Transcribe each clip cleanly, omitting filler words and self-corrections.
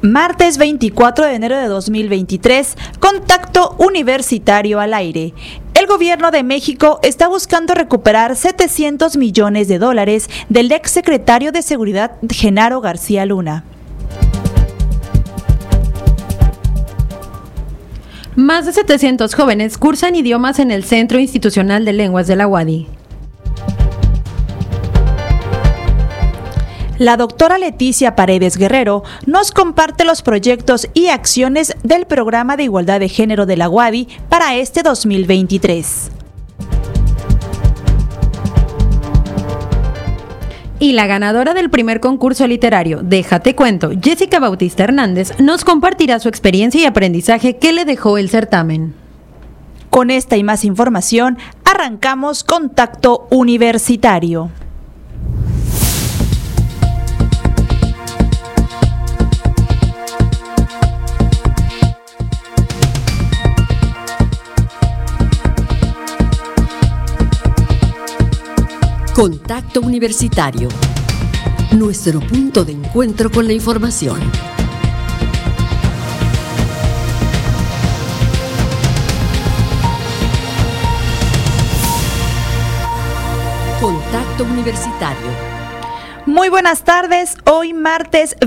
Martes 24 de enero de 2023, Contacto Universitario al aire. El gobierno de México está buscando recuperar $700 millones del exsecretario de Seguridad Genaro García Luna. Más de 700 jóvenes cursan idiomas en el Centro Institucional de Lenguas de la UADY. La doctora Leticia Paredes Guerrero nos comparte los proyectos y acciones del Programa de Igualdad de Género de la UADY para este 2023. Y la ganadora del primer concurso literario, Déjate Cuento, Jessica Bautista Hernández, nos compartirá su experiencia y aprendizaje que le dejó el certamen. Con esta y más información, arrancamos Contacto Universitario. Contacto Universitario, nuestro punto de encuentro con la información. Contacto Universitario. Muy buenas tardes, hoy martes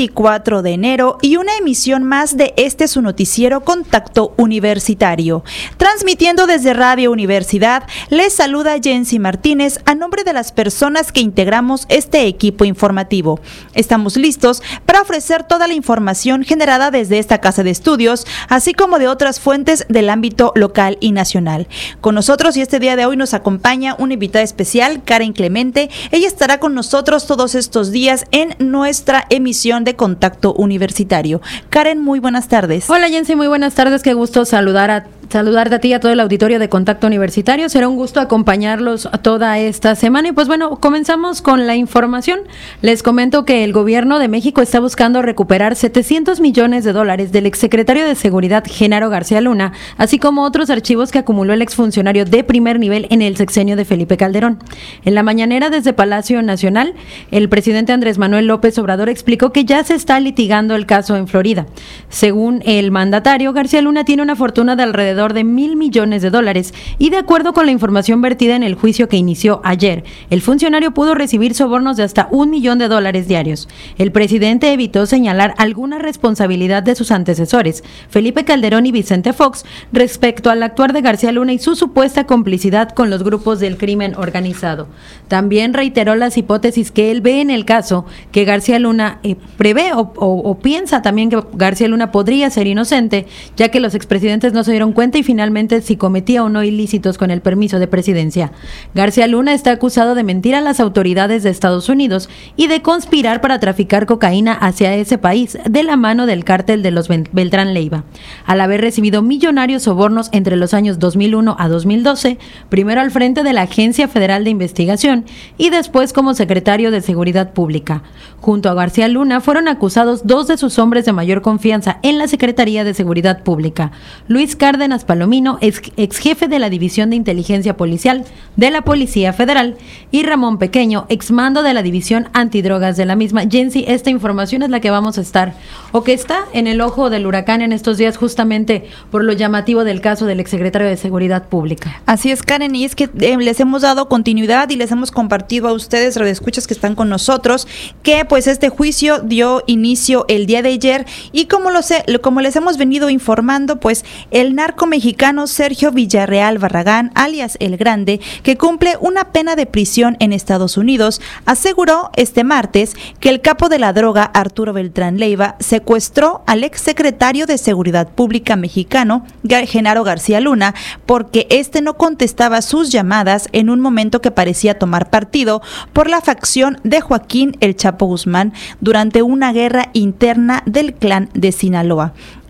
24 de enero y una emisión más de su noticiero Contacto Universitario. Transmitiendo desde Radio Universidad, les saluda Jensi Martínez a nombre de las personas que integramos este equipo informativo. Estamos listos para ofrecer toda la información generada desde esta casa de estudios, así como de otras fuentes del ámbito local y nacional. Con nosotros y este día de hoy nos acompaña una invitada especial, Karen Clemente. Ella estará con nosotros todos estos días en nuestra emisión de Contacto Universitario. Karen, muy buenas tardes. Hola Jensi, muy buenas tardes, qué gusto saludarte a ti y a todo el auditorio de Contacto Universitario. Será un gusto acompañarlos toda esta semana. Y pues bueno, comenzamos con la información. Les comento que el gobierno de México está buscando recuperar $700 millones del exsecretario de Seguridad Genaro García Luna, así como otros archivos que acumuló el exfuncionario de primer nivel en el sexenio de Felipe Calderón. En la mañanera desde Palacio Nacional, el presidente Andrés Manuel López Obrador explicó que ya se está litigando el caso en Florida. Según el mandatario, García Luna tiene una fortuna de alrededor de $1,000 millones y de acuerdo con la información vertida en el juicio que inició ayer, el funcionario pudo recibir sobornos de hasta $1 millón diarios. El presidente evitó señalar alguna responsabilidad de sus antecesores, Felipe Calderón y Vicente Fox, respecto al actuar de García Luna y su supuesta complicidad con los grupos del crimen organizado. También reiteró las hipótesis que él ve en el caso, que García Luna prevé o piensa también que García Luna podría ser inocente, ya que los expresidentes no se dieron cuenta y finalmente si cometía o no ilícitos con el permiso de presidencia. García Luna está acusado de mentir a las autoridades de Estados Unidos y de conspirar para traficar cocaína hacia ese país de la mano del cártel de los Beltrán Leiva, al haber recibido millonarios sobornos entre los años 2001 a 2012, primero al frente de la Agencia Federal de Investigación y después como secretario de Seguridad Pública. Junto a García Luna fueron acusados dos de sus hombres de mayor confianza en la Secretaría de Seguridad Pública, Luis Cárdenas Palomino, ex jefe de la División de Inteligencia Policial de la Policía Federal, y Ramón Pequeño, ex mando de la División Antidrogas de la misma. Jensi, esta información es la que vamos a estar, o que está en el ojo del huracán en estos días, justamente por lo llamativo del caso del exsecretario de Seguridad Pública. Así es, Karen, y es que les hemos dado continuidad y les hemos compartido a ustedes, radioescuchas que están con nosotros, que pues este juicio dio inicio el día de ayer y como les hemos venido informando, pues el narco mexicano Sergio Villarreal Barragán, alias El Grande, que cumple una pena de prisión en Estados Unidos, aseguró este martes que el capo de la droga Arturo Beltrán Leiva secuestró al exsecretario de Seguridad Pública mexicano Genaro García Luna porque este no contestaba sus llamadas en un momento que parecía tomar partido por la facción de Joaquín El Chapo Guzmán durante una guerra interna del clan de Sinaloa.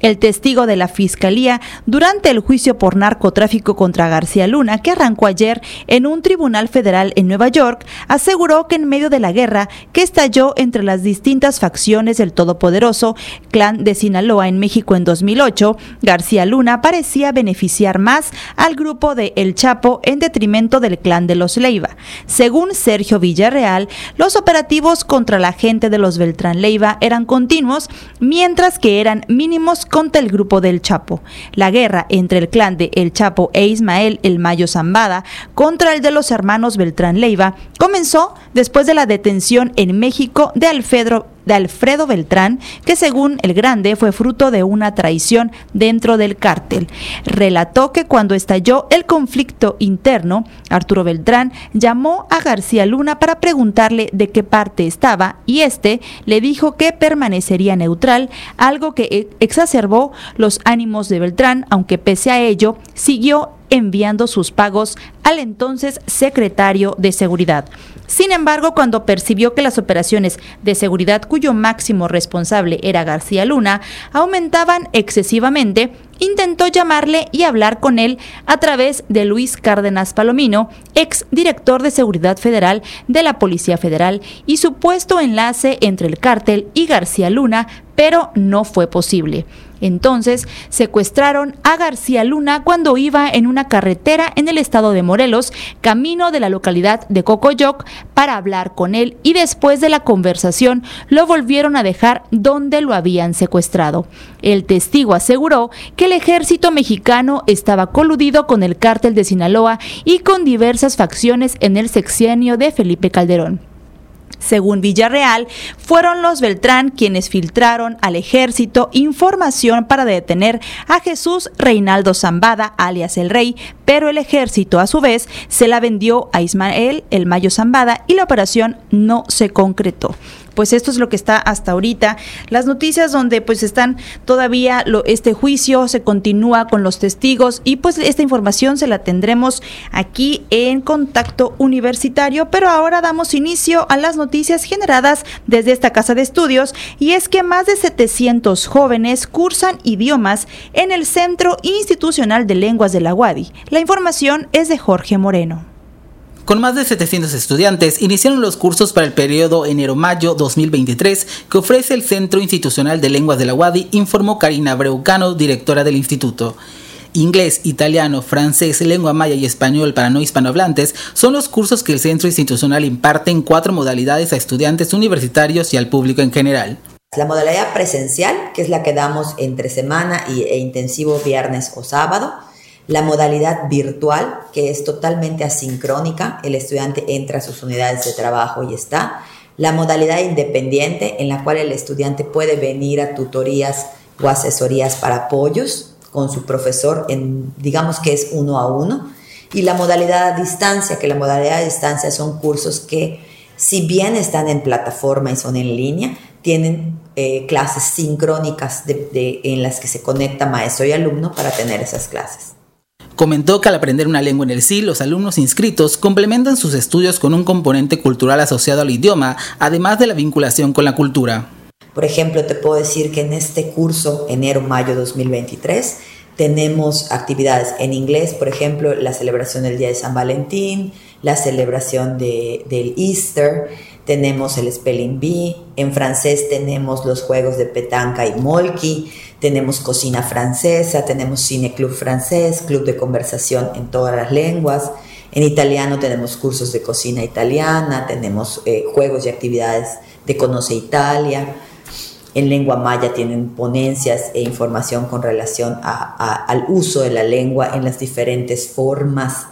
El testigo de la Fiscalía durante el juicio por narcotráfico contra García Luna, que arrancó ayer en un tribunal federal en Nueva York, aseguró que en medio de la guerra que estalló entre las distintas facciones del todopoderoso Clan de Sinaloa en México en 2008, García Luna parecía beneficiar más al grupo de El Chapo en detrimento del Clan de los Leiva. Según Sergio Villarreal, los operativos contra la gente de los Beltrán Leiva eran continuos, mientras que eran mínimos contra el grupo del Chapo. La guerra entre el clan de El Chapo e Ismael El Mayo Zambada contra el de los hermanos Beltrán Leiva comenzó después de la detención en México de Alfredo Beltrán, que según el Grande fue fruto de una traición dentro del cártel. Relató que cuando estalló el conflicto interno, Arturo Beltrán llamó a García Luna para preguntarle de qué parte estaba y este le dijo que permanecería neutral, algo que exacerbó los ánimos de Beltrán, aunque pese a ello siguió enviando sus pagos al entonces secretario de Seguridad. Sin embargo, cuando percibió que las operaciones de seguridad cuyo máximo responsable era García Luna aumentaban excesivamente, intentó llamarle y hablar con él a través de Luis Cárdenas Palomino, ex director de Seguridad Federal de la Policía Federal y supuesto enlace entre el cártel y García Luna, pero no fue posible. Entonces, secuestraron a García Luna cuando iba en una carretera en el estado de Morelos, camino de la localidad de Cocoyoc, para hablar con él y después de la conversación lo volvieron a dejar donde lo habían secuestrado. El testigo aseguró que el ejército mexicano estaba coludido con el cártel de Sinaloa y con diversas facciones en el sexenio de Felipe Calderón. Según Villarreal, fueron los Beltrán quienes filtraron al ejército información para detener a Jesús Reinaldo Zambada, alias El Rey, pero el ejército a su vez se la vendió a Ismael El Mayo Zambada y la operación no se concretó. Pues esto es lo que está hasta ahorita. Las noticias donde pues están todavía este juicio, se continúa con los testigos y pues esta información se la tendremos aquí en Contacto Universitario, pero ahora damos inicio a las noticias generadas desde esta casa de estudios y es que más de 700 jóvenes cursan idiomas en el Centro Institucional de Lenguas de la UADY. La información es de Jorge Moreno. Con más de 700 estudiantes, iniciaron los cursos para el periodo enero-mayo 2023 que ofrece el Centro Institucional de Lenguas de la UADY, informó Karina Breucano, directora del instituto. Inglés, italiano, francés, lengua maya y español para no hispanohablantes son los cursos que el Centro Institucional imparte en 4 modalidades a estudiantes universitarios y al público en general. La modalidad presencial, que es la que damos entre semana e intensivo viernes o sábado. La modalidad virtual, que es totalmente asincrónica, el estudiante entra a sus unidades de trabajo y está. La modalidad independiente, en la cual el estudiante puede venir a tutorías o asesorías para apoyos con su profesor, digamos que es 1 a 1. Y la modalidad a distancia, que la modalidad a distancia son cursos que, si bien están en plataforma y son en línea, tienen clases sincrónicas en las que se conecta maestro y alumno para tener esas clases. Comentó que al aprender una lengua en el CIL, los alumnos inscritos complementan sus estudios con un componente cultural asociado al idioma, además de la vinculación con la cultura. Por ejemplo, te puedo decir que en este curso, enero-mayo 2023, tenemos actividades en inglés, por ejemplo, la celebración del Día de San Valentín, la celebración del Easter, tenemos el Spelling Bee, en francés tenemos los juegos de petanca y molki, tenemos cocina francesa, tenemos cine club francés, club de conversación en todas las lenguas. En italiano tenemos cursos de cocina italiana, tenemos juegos y actividades de Conoce Italia. En lengua maya tienen ponencias e información con relación al uso de la lengua en las diferentes formas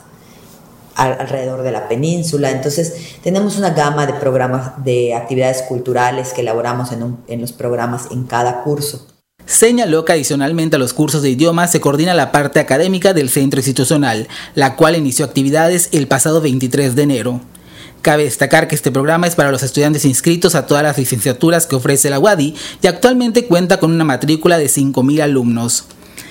alrededor de la península. Entonces tenemos una gama de programas de actividades culturales que elaboramos en los programas en cada curso. Señaló que adicionalmente a los cursos de idiomas se coordina la parte académica del centro institucional, la cual inició actividades el pasado 23 de enero. Cabe destacar que este programa es para los estudiantes inscritos a todas las licenciaturas que ofrece la UADY y actualmente cuenta con una matrícula de 5.000 alumnos.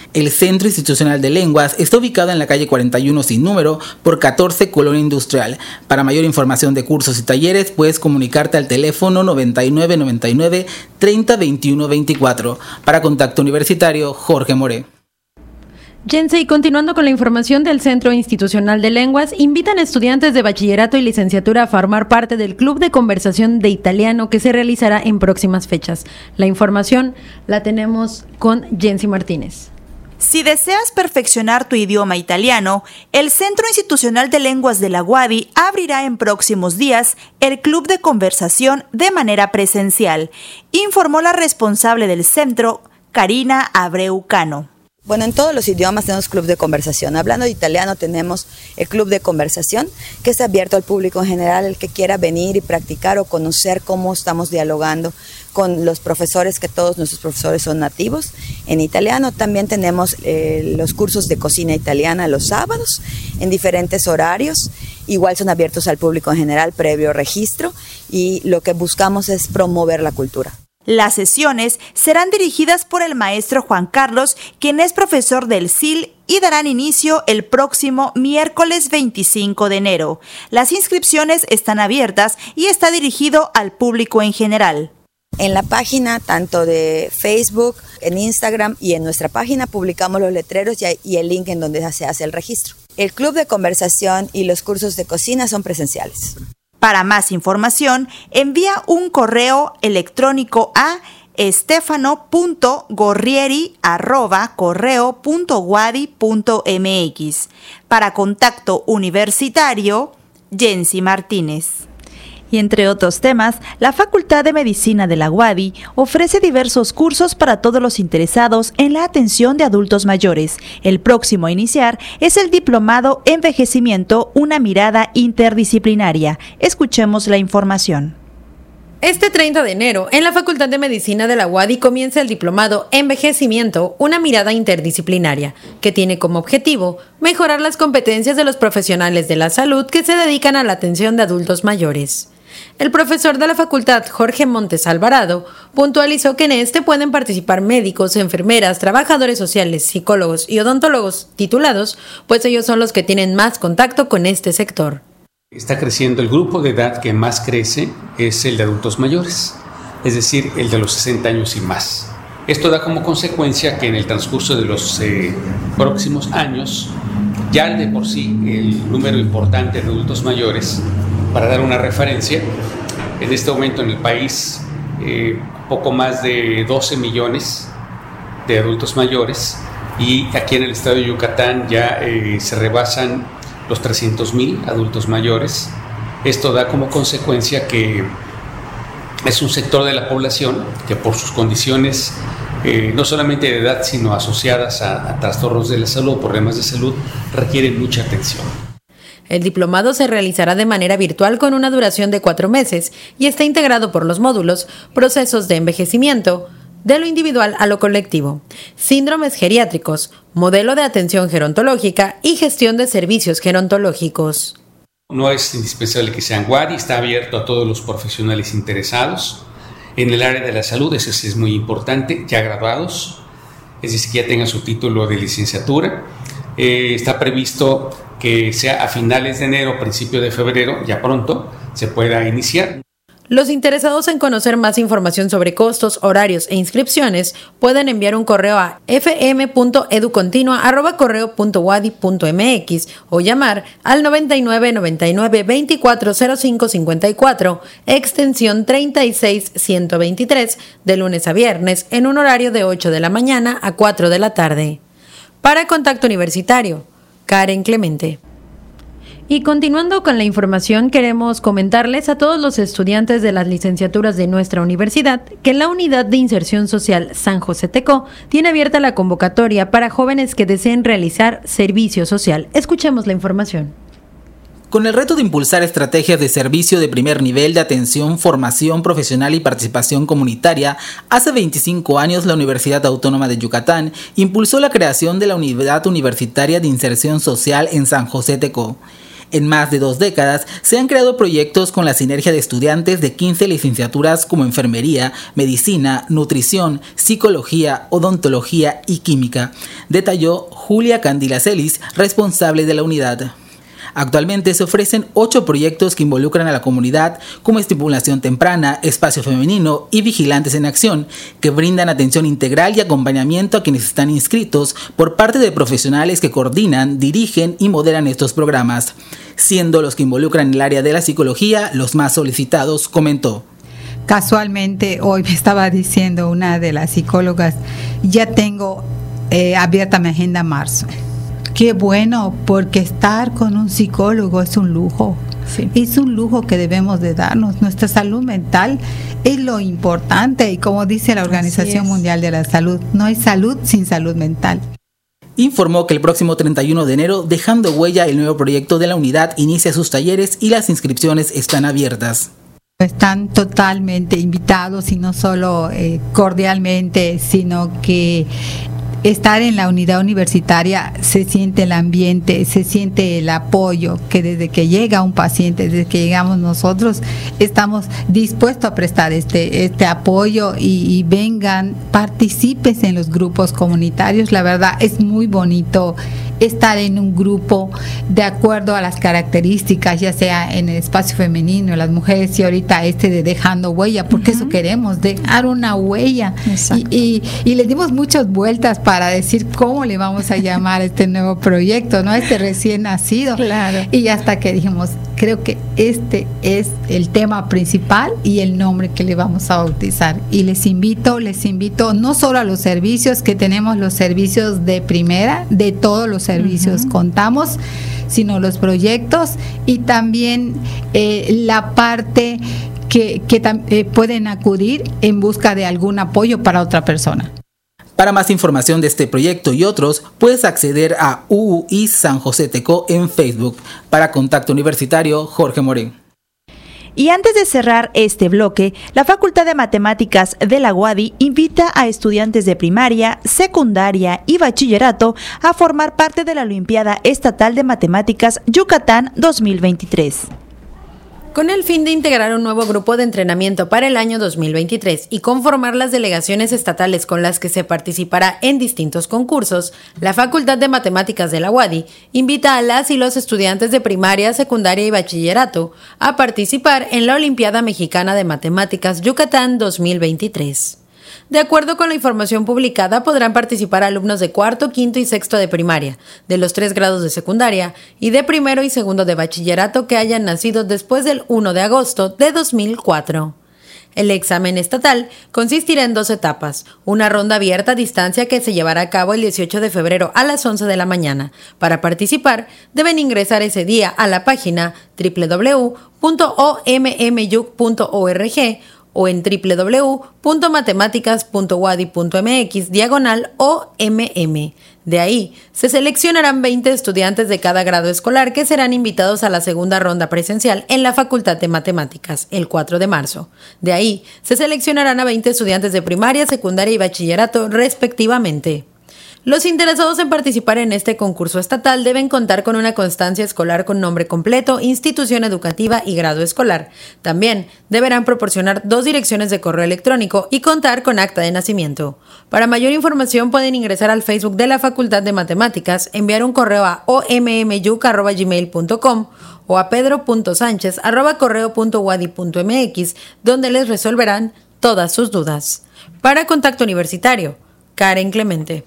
El Centro Institucional de Lenguas está ubicado en la calle 41 sin número por 14 Colonia Industrial. Para mayor información de cursos y talleres puedes comunicarte al teléfono 9999 30 21 24. Para Contacto Universitario, Jorge Moré. Jense, y continuando con la información del Centro Institucional de Lenguas, invitan a estudiantes de bachillerato y licenciatura a formar parte del Club de Conversación de Italiano que se realizará en próximas fechas. La información la tenemos con Jensi Martínez. Si deseas perfeccionar tu idioma italiano, el Centro Institucional de Lenguas de la UADY abrirá en próximos días el Club de Conversación de manera presencial, informó la responsable del centro, Karina Abreu Cano. Bueno, en todos los idiomas tenemos club de conversación. Hablando de italiano tenemos el club de conversación, que está abierto al público en general, el que quiera venir y practicar o conocer cómo estamos dialogando con los profesores, que todos nuestros profesores son nativos en italiano. También tenemos los cursos de cocina italiana los sábados en diferentes horarios. Igual son abiertos al público en general previo registro, y lo que buscamos es promover la cultura. Las sesiones serán dirigidas por el maestro Juan Carlos, quien es profesor del CIL, y darán inicio el próximo miércoles 25 de enero. Las inscripciones están abiertas y está dirigido al público en general. En la página, tanto de Facebook, en Instagram y en nuestra página, publicamos los letreros y el link en donde se hace el registro. El club de conversación y los cursos de cocina son presenciales. Para más información, envía un correo electrónico a estefano.gorrieri@correo.wadi.mx. Para Contacto Universitario, Jensi Martínez. Y entre otros temas, la Facultad de Medicina de la UADY ofrece diversos cursos para todos los interesados en la atención de adultos mayores. El próximo a iniciar es el diplomado Envejecimiento, una mirada interdisciplinaria. Escuchemos la información. Este 30 de enero, en la Facultad de Medicina de la UADY comienza el diplomado Envejecimiento, una mirada interdisciplinaria, que tiene como objetivo mejorar las competencias de los profesionales de la salud que se dedican a la atención de adultos mayores. El profesor de la facultad, Jorge Montes Alvarado, puntualizó que en este pueden participar médicos, enfermeras, trabajadores sociales, psicólogos y odontólogos titulados, pues ellos son los que tienen más contacto con este sector. Está creciendo el grupo de edad que más crece es el de adultos mayores, es decir, el de los 60 años y más. Esto da como consecuencia que en el transcurso de los próximos años, ya de por sí el número importante de adultos mayores, para dar una referencia, en este momento en el país poco más de 12 millones de adultos mayores, y aquí en el estado de Yucatán ya se rebasan los 300,000 adultos mayores. Esto da como consecuencia que es un sector de la población que por sus condiciones no solamente de edad, sino asociadas a trastornos de la salud o problemas de salud, requieren mucha atención. El diplomado se realizará de manera virtual con una duración de 4 meses y está integrado por los módulos Procesos de envejecimiento, de lo individual a lo colectivo, síndromes geriátricos, modelo de atención gerontológica y gestión de servicios gerontológicos. No es indispensable que sean UADY, está abierto a todos los profesionales interesados en el área de la salud. Eso sí es muy importante, ya graduados, es decir, que ya tengan su título de licenciatura. Está previsto que sea a finales de enero, principio de febrero, ya pronto se pueda iniciar. Los interesados en conocer más información sobre costos, horarios e inscripciones pueden enviar un correo a fm.educontinua@correo.wadi.mx o llamar al 99 99 24 05 54, extensión 36 123, de lunes a viernes en un horario de 8 de la mañana a 4 de la tarde. Para Contacto Universitario, Karen Clemente. Y continuando con la información, queremos comentarles a todos los estudiantes de las licenciaturas de nuestra universidad que la Unidad de Inserción Social San José Tecó tiene abierta la convocatoria para jóvenes que deseen realizar servicio social. Escuchemos la información. Con el reto de impulsar estrategias de servicio de primer nivel de atención, formación profesional y participación comunitaria, hace 25 años la Universidad Autónoma de Yucatán impulsó la creación de la Unidad Universitaria de Inserción Social en San José Tecó. En más de 2 décadas se han creado proyectos con la sinergia de estudiantes de 15 licenciaturas como enfermería, medicina, nutrición, psicología, odontología y química, detalló Julia Candila Celis, responsable de la unidad. Actualmente se ofrecen 8 proyectos que involucran a la comunidad, como estimulación temprana, espacio femenino y vigilantes en acción, que brindan atención integral y acompañamiento a quienes están inscritos por parte de profesionales que coordinan, dirigen y moderan estos programas, siendo los que involucran el área de la psicología los más solicitados, comentó. Casualmente hoy me estaba diciendo una de las psicólogas, ya tengo abierta mi agenda marzo. Qué bueno, porque estar con un psicólogo es un lujo. Sí. Es un lujo que debemos de darnos. Nuestra salud mental es lo importante y como dice la Organización Mundial de la Salud, no hay salud sin salud mental. Informó que el próximo 31 de enero, Dejando Huella, el nuevo proyecto de la unidad, inicia sus talleres y las inscripciones están abiertas. Están totalmente invitados y no solo cordialmente, sino que estar en la unidad universitaria se siente el ambiente, se siente el apoyo, que desde que llega un paciente, desde que llegamos nosotros, estamos dispuestos a prestar este apoyo y vengan, participes en los grupos comunitarios. La verdad es muy bonito estar en un grupo de acuerdo a las características, ya sea en el espacio femenino, las mujeres, y ahorita de Dejando Huella, porque eso queremos, dejar una huella. Y le dimos muchas vueltas para decir cómo le vamos a llamar a este nuevo proyecto, ¿no? Recién nacido. Claro. Y hasta que dijimos, creo que este es el tema principal y el nombre que le vamos a bautizar. Y les invito no solo a los servicios, que tenemos los servicios de primera, de todos los servicios contamos, sino los proyectos y también la parte que pueden acudir en busca de algún apoyo para otra persona. Para más información de este proyecto y otros, puedes acceder a UUI San José Tecó en Facebook. Para Contacto Universitario, Jorge Morén. Y antes de cerrar este bloque, la Facultad de Matemáticas de la UADY invita a estudiantes de primaria, secundaria y bachillerato a formar parte de la Olimpiada Estatal de Matemáticas Yucatán 2023. Con el fin de integrar un nuevo grupo de entrenamiento para el año 2023 y conformar las delegaciones estatales con las que se participará en distintos concursos, la Facultad de Matemáticas de la UADY invita a las y los estudiantes de primaria, secundaria y bachillerato a participar en la Olimpiada Mexicana de Matemáticas Yucatán 2023. De acuerdo con la información publicada, podrán participar alumnos de cuarto, quinto y sexto de primaria, de los 3 grados de secundaria y de primero y segundo de bachillerato que hayan nacido después del 1 de agosto de 2004. El examen estatal consistirá en 2 etapas, una ronda abierta a distancia que se llevará a cabo el 18 de febrero a las 11 de la mañana. Para participar, deben ingresar ese día a la página www.ommyuc.org o en www.matemáticas.wadi.mx/OMM. De ahí, se seleccionarán 20 estudiantes de cada grado escolar que serán invitados a la segunda ronda presencial en la Facultad de Matemáticas, el 4 de marzo. De ahí, se seleccionarán a 20 estudiantes de primaria, secundaria y bachillerato, respectivamente. Los interesados en participar en este concurso estatal deben contar con una constancia escolar con nombre completo, institución educativa y grado escolar. También deberán proporcionar 2 direcciones de correo electrónico y contar con acta de nacimiento. Para mayor información pueden ingresar al Facebook de la Facultad de Matemáticas, enviar un correo a ommyuc@gmail.com o a pedro.sanchez@correo.wadi.mx, donde les resolverán todas sus dudas. Para Contacto Universitario, Karen Clemente.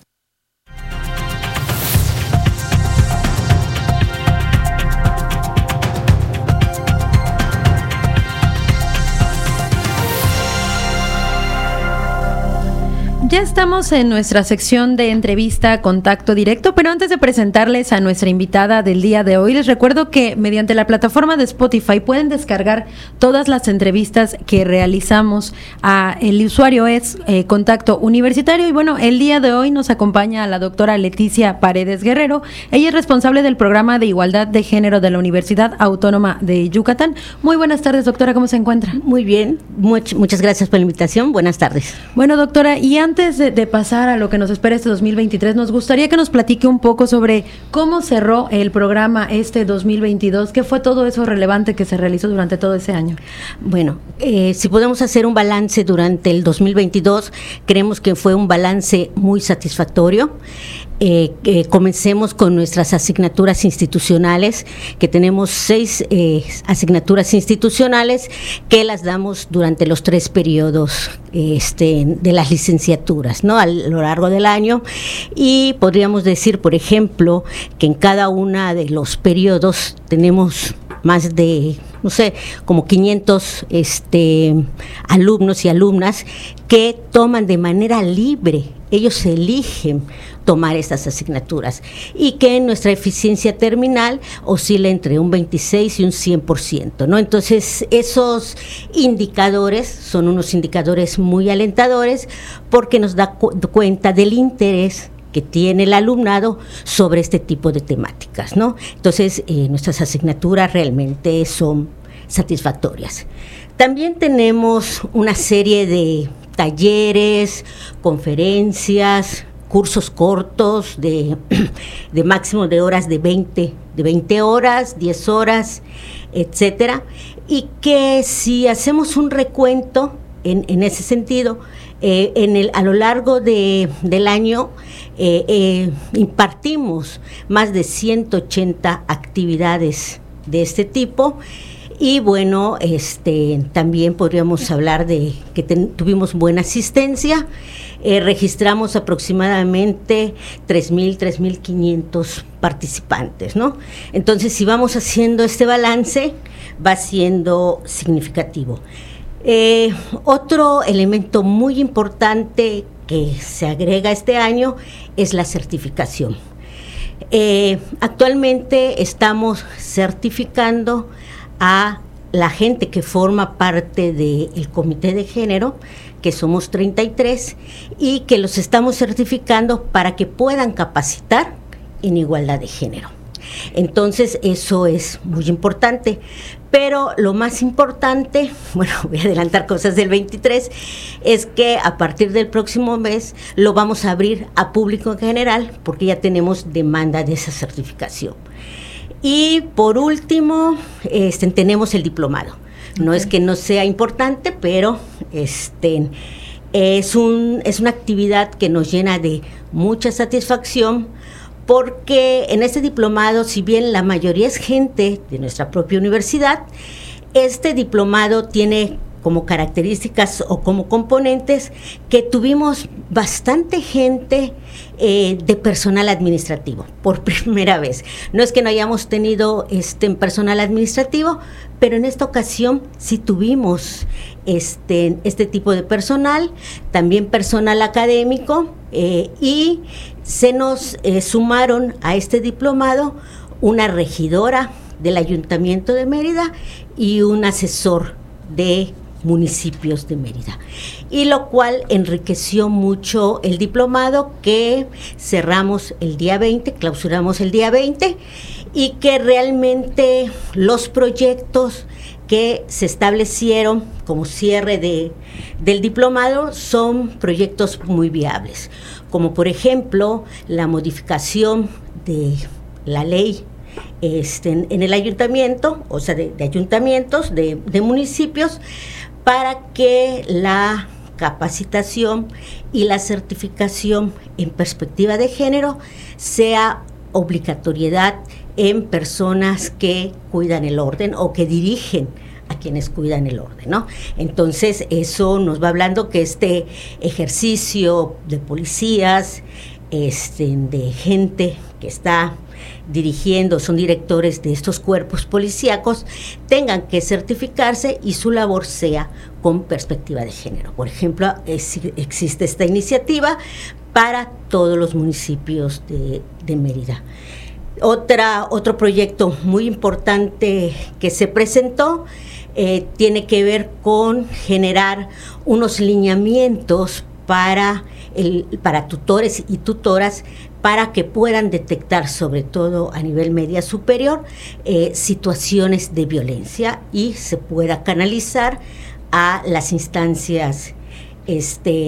Ya estamos en nuestra sección de entrevista Contacto Directo, pero antes de presentarles a nuestra invitada del día de hoy, les recuerdo que mediante la plataforma de Spotify pueden descargar todas las entrevistas que realizamos. El usuario es Contacto Universitario y bueno, el día de hoy nos acompaña la doctora Leticia Paredes Guerrero. Ella es responsable del programa de Igualdad de Género de la Universidad Autónoma de Yucatán. Muy buenas tardes, doctora, ¿cómo se encuentra? Muy bien, muchas gracias por la invitación. Buenas tardes. Bueno, doctora, y antes antes de pasar a lo que nos espera este 2023, nos gustaría que nos platique un poco sobre cómo cerró el programa este 2022, qué fue todo eso relevante que se realizó durante todo ese año. Bueno, si podemos hacer un balance durante el 2022, creemos que fue un balance muy satisfactorio. Comencemos con nuestras asignaturas institucionales, que tenemos 6 asignaturas institucionales que las damos durante los 3 periodos de las licenciaturas, ¿no? A lo largo del año, y podríamos decir, por ejemplo, que en cada uno de los periodos tenemos más de, no sé, como 500 alumnos y alumnas que toman de manera libre, ellos eligen tomar estas asignaturas, y que nuestra eficiencia terminal oscila entre un 26 y un 100%, ¿no? Entonces, esos indicadores son unos indicadores muy alentadores, porque nos da cuenta del interés que tiene el alumnado sobre este tipo de temáticas, ¿no? Entonces, nuestras asignaturas realmente son satisfactorias. También tenemos una serie de talleres, conferencias, cursos cortos de máximo de horas de 20 horas, 10 horas, etcétera, y que si hacemos un recuento en ese sentido, a lo largo del año impartimos más de 180 actividades de este tipo. Y bueno, también podríamos hablar de que tuvimos buena asistencia. Registramos aproximadamente 3.500 participantes, ¿no? Entonces, si vamos haciendo este balance, va siendo significativo. Otro elemento muy importante que se agrega este año es la certificación. Actualmente estamos certificando a la gente que forma parte del Comité de Género, que somos 33, y que los estamos certificando para que puedan capacitar en igualdad de género. Entonces, eso es muy importante. Pero lo más importante, bueno, voy a adelantar cosas del 23, es que a partir del próximo mes lo vamos a abrir a público en general, porque ya tenemos demanda de esa certificación. Y por último, tenemos el diplomado. No es que no sea importante, pero es una actividad que nos llena de mucha satisfacción, porque en este diplomado, si bien la mayoría es gente de nuestra propia universidad, este diplomado tiene como características o como componentes que tuvimos bastante gente de personal administrativo por primera vez. No es que no hayamos tenido personal administrativo, pero en esta ocasión sí tuvimos este tipo de personal, también personal académico, y se nos sumaron a este diplomado una regidora del Ayuntamiento de Mérida y un asesor de municipios de Mérida, y lo cual enriqueció mucho el diplomado, que cerramos el día 20, clausuramos el día 20, y que realmente los proyectos que se establecieron como cierre del diplomado son proyectos muy viables, como por ejemplo la modificación de la ley en el ayuntamiento, o sea, de ayuntamientos, de municipios, para que la capacitación y la certificación en perspectiva de género sea obligatoriedad en personas que cuidan el orden o que dirigen a quienes cuidan el orden, ¿no? Entonces, eso nos va hablando que este ejercicio de policías, de gente que está dirigiendo, son directores de estos cuerpos policíacos, tengan que certificarse y su labor sea con perspectiva de género. Por ejemplo, existe esta iniciativa para todos los municipios de Mérida. Otro proyecto muy importante que se presentó tiene que ver con generar unos lineamientos para tutores y tutoras, para que puedan detectar, sobre todo a nivel media superior, situaciones de violencia y se pueda canalizar a las instancias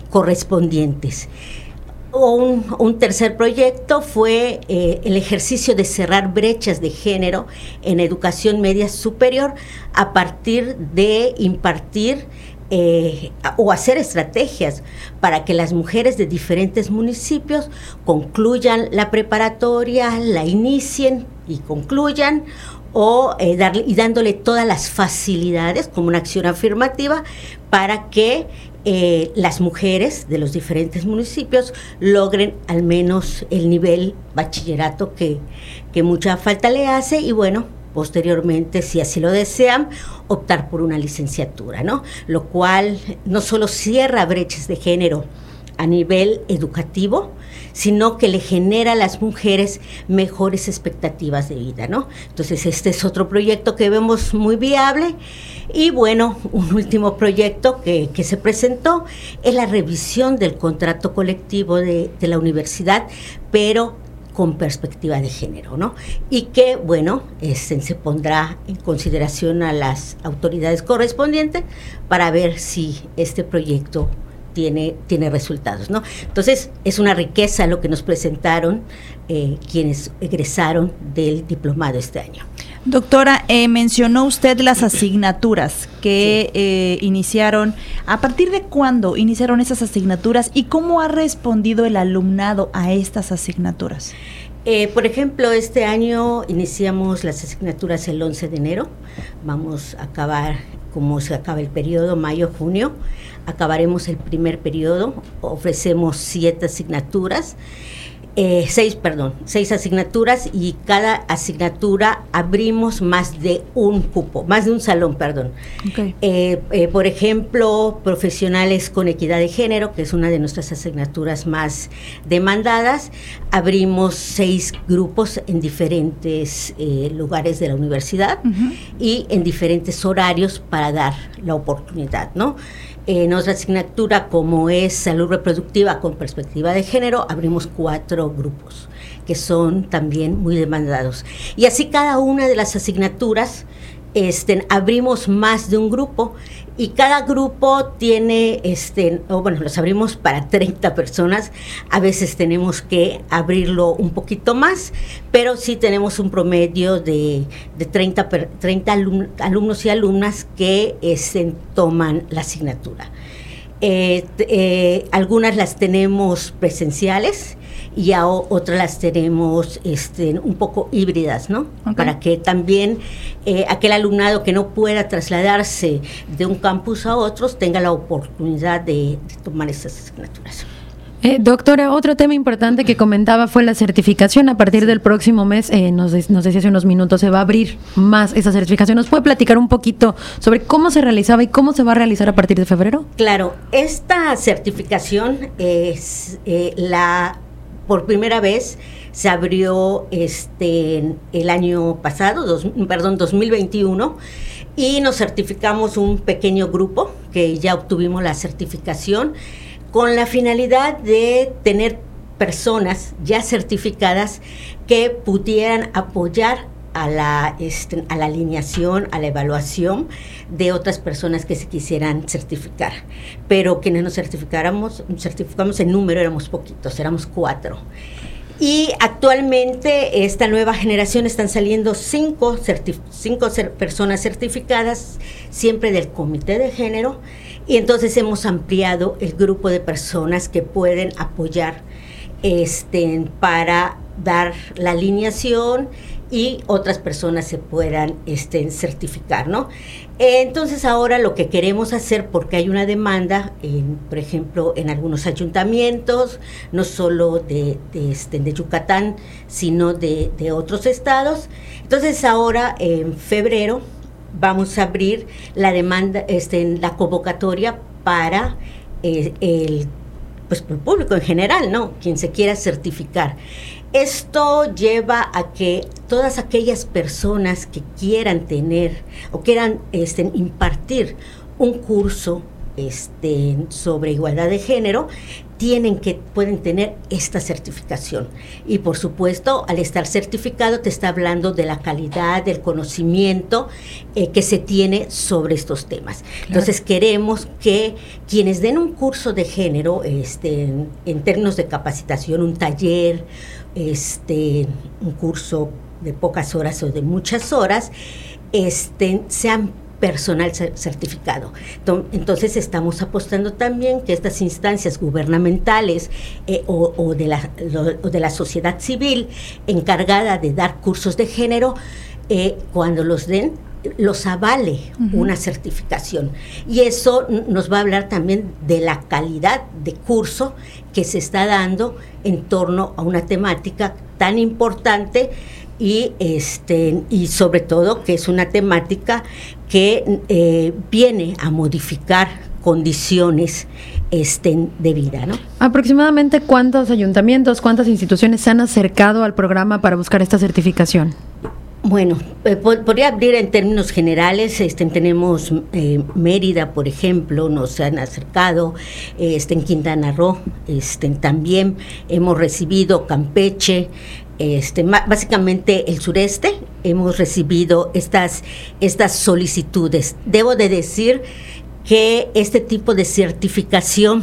correspondientes. Un tercer proyecto fue el ejercicio de cerrar brechas de género en educación media superior a partir de impartir o hacer estrategias para que las mujeres de diferentes municipios concluyan la preparatoria, la inicien y concluyan, y dándole todas las facilidades como una acción afirmativa para que las mujeres de los diferentes municipios logren al menos el nivel bachillerato que mucha falta le hace, y bueno, posteriormente, si así lo desean, optar por una licenciatura, ¿no? Lo cual no solo cierra brechas de género a nivel educativo, sino que le genera a las mujeres mejores expectativas de vida, ¿no? Entonces, este es otro proyecto que vemos muy viable. Y bueno, un último proyecto que se presentó es la revisión del contrato colectivo de la universidad, pero con perspectiva de género, ¿no? Y que, bueno, se pondrá en consideración a las autoridades correspondientes para ver si este proyecto tiene resultados, ¿no? Entonces, es una riqueza lo que nos presentaron quienes egresaron del diplomado este año. Doctora, mencionó usted las asignaturas que iniciaron. ¿A partir de cuándo iniciaron esas asignaturas y cómo ha respondido el alumnado a estas asignaturas? Por ejemplo, este año iniciamos las asignaturas el 11 de enero. Vamos a acabar, como se acaba el periodo, mayo-junio. Acabaremos el primer periodo, ofrecemos 7 asignaturas. 6 asignaturas, y cada asignatura abrimos más de un cupo, más de un salón, perdón. Okay. Por ejemplo, profesionales con equidad de género, que es una de nuestras asignaturas más demandadas, abrimos 6 grupos en diferentes lugares de la universidad, uh-huh, y en diferentes horarios para dar la oportunidad, ¿no? En otra asignatura, como es salud reproductiva con perspectiva de género, abrimos 4 grupos que son también muy demandados. Y así cada una de las asignaturas abrimos más de un grupo, y cada grupo tiene, los abrimos para 30 personas. A veces tenemos que abrirlo un poquito más, pero sí tenemos un promedio de 30 alumnos y alumnas que toman la asignatura. Algunas las tenemos presenciales y a otras las tenemos un poco híbridas, ¿no? Okay. Para que también aquel alumnado que no pueda trasladarse de un campus a otros tenga la oportunidad de tomar estas asignaturas. Doctora, otro tema importante que comentaba fue la certificación. A partir del próximo mes, nos decía hace unos minutos, se va a abrir más esa certificación. ¿Nos puede platicar un poquito sobre cómo se realizaba y cómo se va a realizar a partir de febrero? Claro, esta certificación es por primera vez se abrió el año pasado, 2021, y nos certificamos un pequeño grupo que ya obtuvimos la certificación, con la finalidad de tener personas ya certificadas que pudieran apoyar a la alineación, a la evaluación de otras personas que se quisieran certificar. Pero quienes nos certificamos en número éramos poquitos, éramos 4. Y actualmente esta nueva generación están saliendo 5 personas certificadas, siempre del Comité de Género, y entonces hemos ampliado el grupo de personas que pueden apoyar para dar la alineación y otras personas se puedan certificar, ¿no? Entonces ahora lo que queremos hacer, porque hay una demanda, por ejemplo, en algunos ayuntamientos, no solo de Yucatán, sino de otros estados. Entonces ahora en febrero vamos a abrir la demanda, la convocatoria para el público en general, ¿no? Quien se quiera certificar. Esto lleva a que todas aquellas personas que quieran tener o quieran impartir un curso sobre igualdad de género, pueden tener esta certificación. Y por supuesto, al estar certificado, te está hablando de la calidad, del conocimiento que se tiene sobre estos temas. Claro. Entonces, queremos que quienes den un curso de género, en términos de capacitación, un taller, un curso de pocas horas o de muchas horas, sean personal certificado. Entonces estamos apostando también que estas instancias gubernamentales o de la sociedad civil encargada de dar cursos de género, cuando los den, los avale una certificación. Y eso nos va a hablar también de la calidad de curso que se está dando en torno a una temática tan importante y sobre todo que es una temática que viene a modificar condiciones de vida, ¿no? Aproximadamente ¿cuántos ayuntamientos, cuántas instituciones se han acercado al programa para buscar esta certificación? Bueno, podría abrir en términos generales. Tenemos Mérida, por ejemplo, nos han acercado, en Quintana Roo, también hemos recibido Campeche, básicamente el sureste, hemos recibido estas solicitudes. Debo de decir que este tipo de certificación,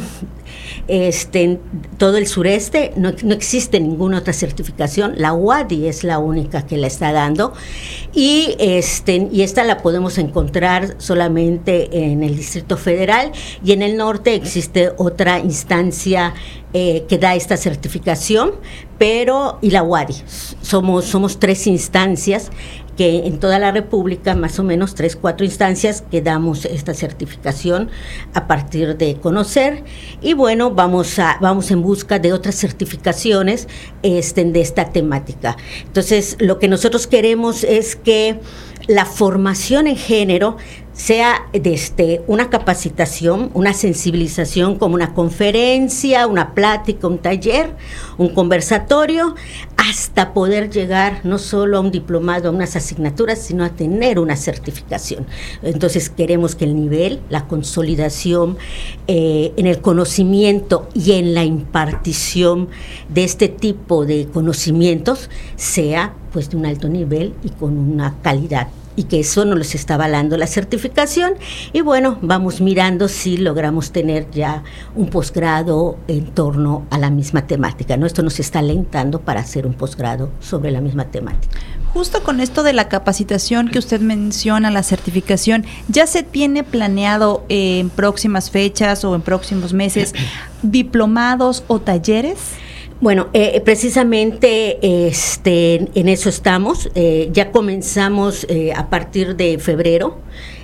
en todo el sureste no existe ninguna otra certificación. La UADY es la única que la está dando, y esta la podemos encontrar solamente en el Distrito Federal, y en el norte existe otra instancia que da esta certificación, y la UADY. Somos 3 instancias que en toda la República, más o menos 3-4 instancias que damos esta certificación a partir de conocer, y bueno, vamos en busca de otras certificaciones de esta temática. Entonces, lo que nosotros queremos es que la formación en género sea una capacitación, una sensibilización, como una conferencia, una plática, un taller, un conversatorio, hasta poder llegar no solo a un diplomado, a unas asignaturas, sino a tener una certificación. Entonces queremos que el nivel, la consolidación en el conocimiento y en la impartición de este tipo de conocimientos sea pues de un alto nivel y con una calidad, y que eso nos los está avalando la certificación. Y bueno, vamos mirando si logramos tener ya un posgrado en torno a la misma temática, ¿no? Esto nos está alentando para hacer un posgrado sobre la misma temática. Justo con esto de la capacitación que usted menciona, la certificación, ¿ya se tiene planeado en próximas fechas o en próximos meses diplomados o talleres? Bueno, precisamente en eso estamos. Ya comenzamos a partir de febrero.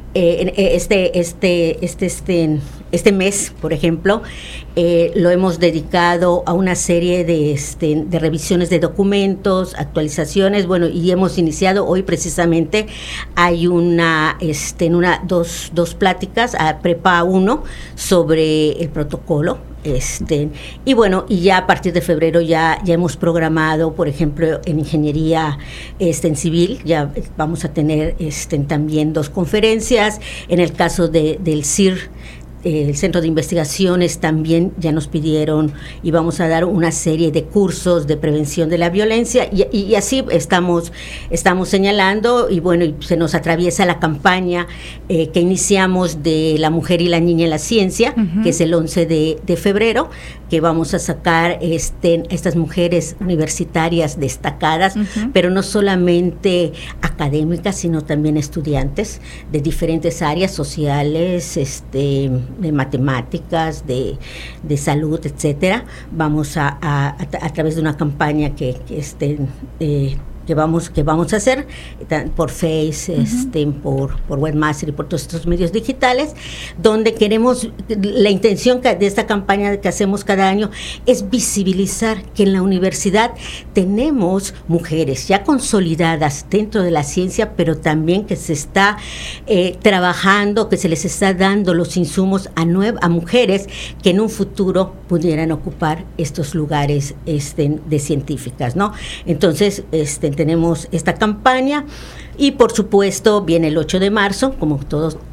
Este mes, por ejemplo, lo hemos dedicado a una serie de revisiones de documentos, actualizaciones, bueno, y hemos iniciado hoy precisamente. Hay dos pláticas, a Prepa 1 sobre el protocolo. Y bueno, y ya a partir de febrero ya hemos programado, por ejemplo, en ingeniería en civil, ya vamos a tener también 2 conferencias. En el caso del CIR, el Centro de Investigaciones, también ya nos pidieron, y vamos a dar una serie de cursos de prevención de la violencia, y así estamos señalando. Y bueno, y se nos atraviesa la campaña que iniciamos de la mujer y la niña en la ciencia, que es el 11 de febrero, que vamos a sacar estas mujeres universitarias destacadas, pero no solamente académicas, sino también estudiantes de diferentes áreas sociales, de matemáticas, de salud, etcétera. Vamos a través de una campaña que vamos a hacer por Face, por Webmaster y por todos estos medios digitales, donde queremos, la intención de esta campaña que hacemos cada año es visibilizar que en la universidad tenemos mujeres ya consolidadas dentro de la ciencia, pero también que se está trabajando, que se les está dando los insumos a mujeres que en un futuro pudieran ocupar estos lugares de científicas, ¿no? Entonces, tenemos esta campaña, y por supuesto viene el 8 de marzo, como todos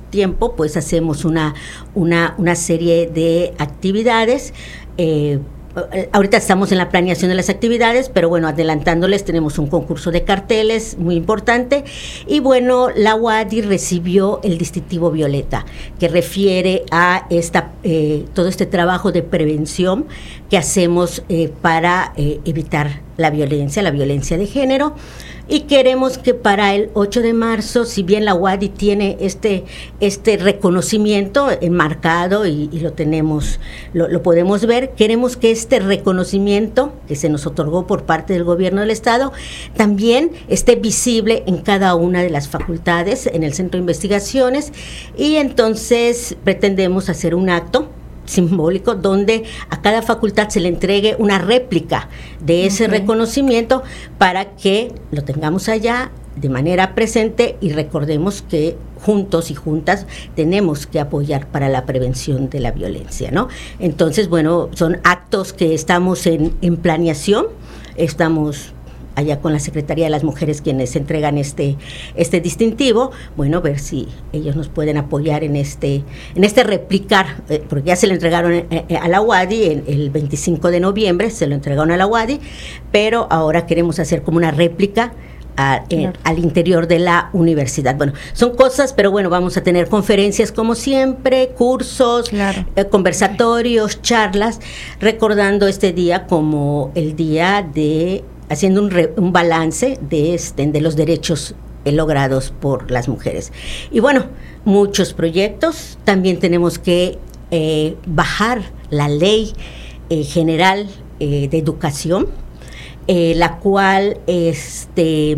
tiempo pues hacemos una serie de actividades. Ahorita estamos en la planeación de las actividades, pero bueno, adelantándoles, tenemos un concurso de carteles muy importante. Y bueno, la UADY recibió el distintivo Violeta, que refiere a todo este trabajo de prevención que hacemos para evitar la violencia de género. Y queremos que para el 8 de marzo, si bien la UADY tiene este reconocimiento enmarcado y lo tenemos, lo podemos ver, queremos que este reconocimiento que se nos otorgó por parte del gobierno del estado también esté visible en cada una de las facultades, en el centro de investigaciones, y entonces pretendemos hacer un acto simbólico donde a cada facultad se le entregue una réplica de ese reconocimiento para que lo tengamos allá de manera presente y recordemos que juntos y juntas tenemos que apoyar para la prevención de la violencia, ¿no? Entonces, bueno, son actos que estamos en planeación, estamos allá con la Secretaría de las Mujeres quienes entregan este distintivo, bueno, ver si ellos nos pueden apoyar en este replicar, porque ya se lo entregaron a la UADY el 25 de noviembre, se lo entregaron a la UADY, pero ahora queremos hacer como una réplica al interior de la universidad. Bueno, son cosas, pero bueno, vamos a tener conferencias como siempre, cursos, conversatorios, charlas, recordando este día como el día de haciendo un balance de los derechos logrados por las mujeres. Y bueno, muchos proyectos. También tenemos que bajar la ley general de educación, la cual pues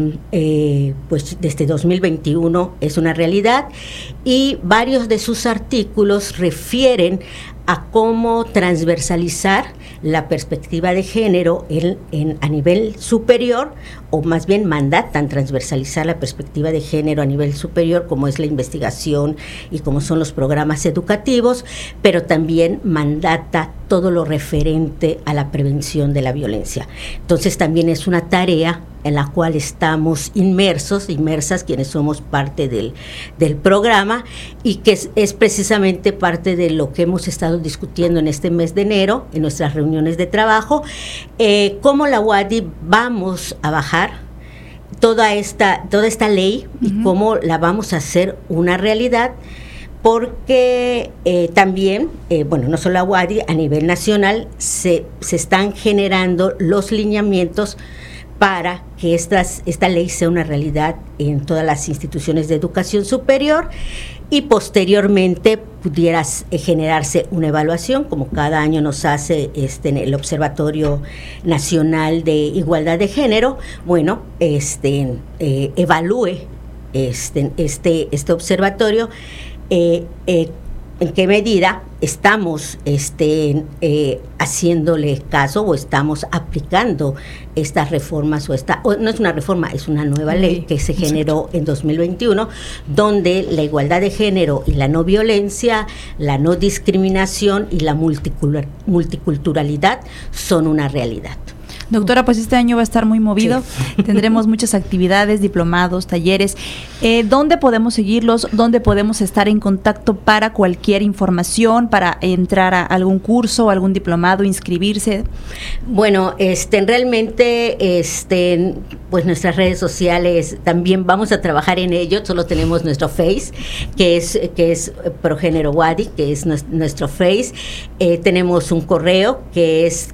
desde 2021 es una realidad y varios de sus artículos refieren a cómo transversalizar la perspectiva de género a nivel superior, o más bien mandatan transversalizar la perspectiva de género a nivel superior, como es la investigación y como son los programas educativos, pero también mandata todo lo referente a la prevención de la violencia. Entonces también es una tarea en la cual estamos inmersas quienes somos parte del programa y que es precisamente parte de lo que hemos estado discutiendo en este mes de enero en nuestras reuniones de trabajo, cómo la UADY vamos a bajar toda esta ley y cómo la vamos a hacer una realidad, porque también, no solo la UADY, a nivel nacional se están generando los lineamientos para que esta ley sea una realidad en todas las instituciones de educación superior y posteriormente pudiera generarse una evaluación, como cada año nos hace en el Observatorio Nacional de Igualdad de Género, evalúe este observatorio en qué medida estamos haciéndole caso o estamos aplicando estas reformas o no es una reforma, es una nueva ley que se generó en 2021, donde la igualdad de género y la no violencia, la no discriminación y la multiculturalidad son una realidad. Doctora, pues este año va a estar muy movido, tendremos muchas actividades, diplomados, talleres. ¿Dónde podemos seguirlos? ¿Dónde podemos estar en contacto para cualquier información, para entrar a algún curso, algún diplomado, inscribirse? Bueno, realmente, pues nuestras redes sociales también vamos a trabajar en ello. Solo tenemos nuestro Face, que es Progénero UADY, que es nuestro Face. Tenemos un correo que es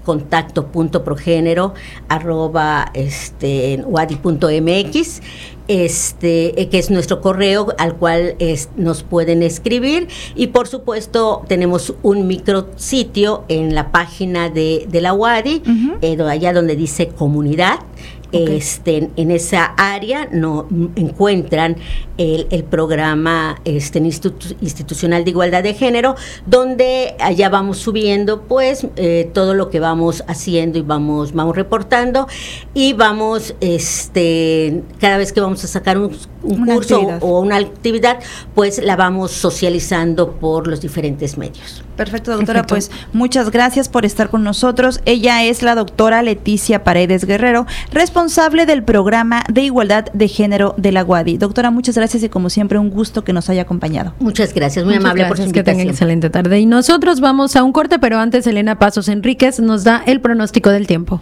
contacto.progénero@uadi.mx, que es nuestro correo al cual nos pueden escribir, y por supuesto tenemos un micrositio en la página de la UADY, allá donde dice comunidad. En esa área no encuentran el programa institucional de igualdad de género, donde allá vamos subiendo pues todo lo que vamos haciendo y vamos reportando, y vamos cada vez que vamos a sacar un curso o una actividad, pues la vamos socializando por los diferentes medios. Perfecto, doctora. Pues muchas gracias por estar con nosotros. Ella es la doctora Leticia Paredes Guerrero, responsable responsable del programa de igualdad de género de la UADY. Doctora, muchas gracias y como siempre un gusto que nos haya acompañado. Muchas gracias, muy amable por su invitación. Que tengan excelente tarde. Y nosotros vamos a un corte, pero antes Elena Pasos Enríquez nos da el pronóstico del tiempo.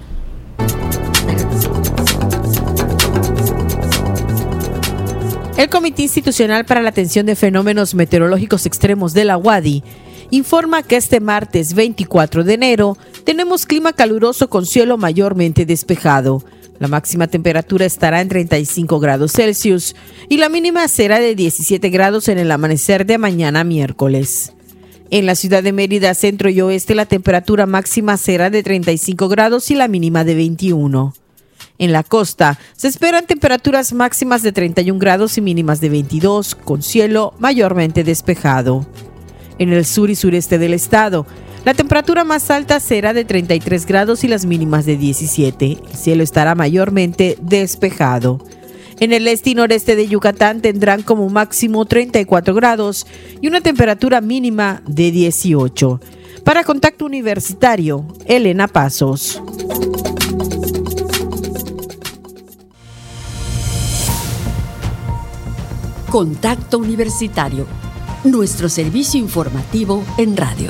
El Comité Institucional para la Atención de Fenómenos Meteorológicos Extremos de la UADY informa que este martes 24 de enero tenemos clima caluroso con cielo mayormente despejado. La máxima temperatura estará en 35 grados Celsius y la mínima será de 17 grados en el amanecer de mañana miércoles. En la ciudad de Mérida, centro y oeste, la temperatura máxima será de 35 grados y la mínima de 21. En la costa, se esperan temperaturas máximas de 31 grados y mínimas de 22, con cielo mayormente despejado. En el sur y sureste del estado, la temperatura más alta será de 33 grados y las mínimas de 17. El cielo estará mayormente despejado. En el este y noreste de Yucatán tendrán como máximo 34 grados y una temperatura mínima de 18. Para Contacto Universitario, Elena Pasos. Contacto Universitario, nuestro servicio informativo en radio.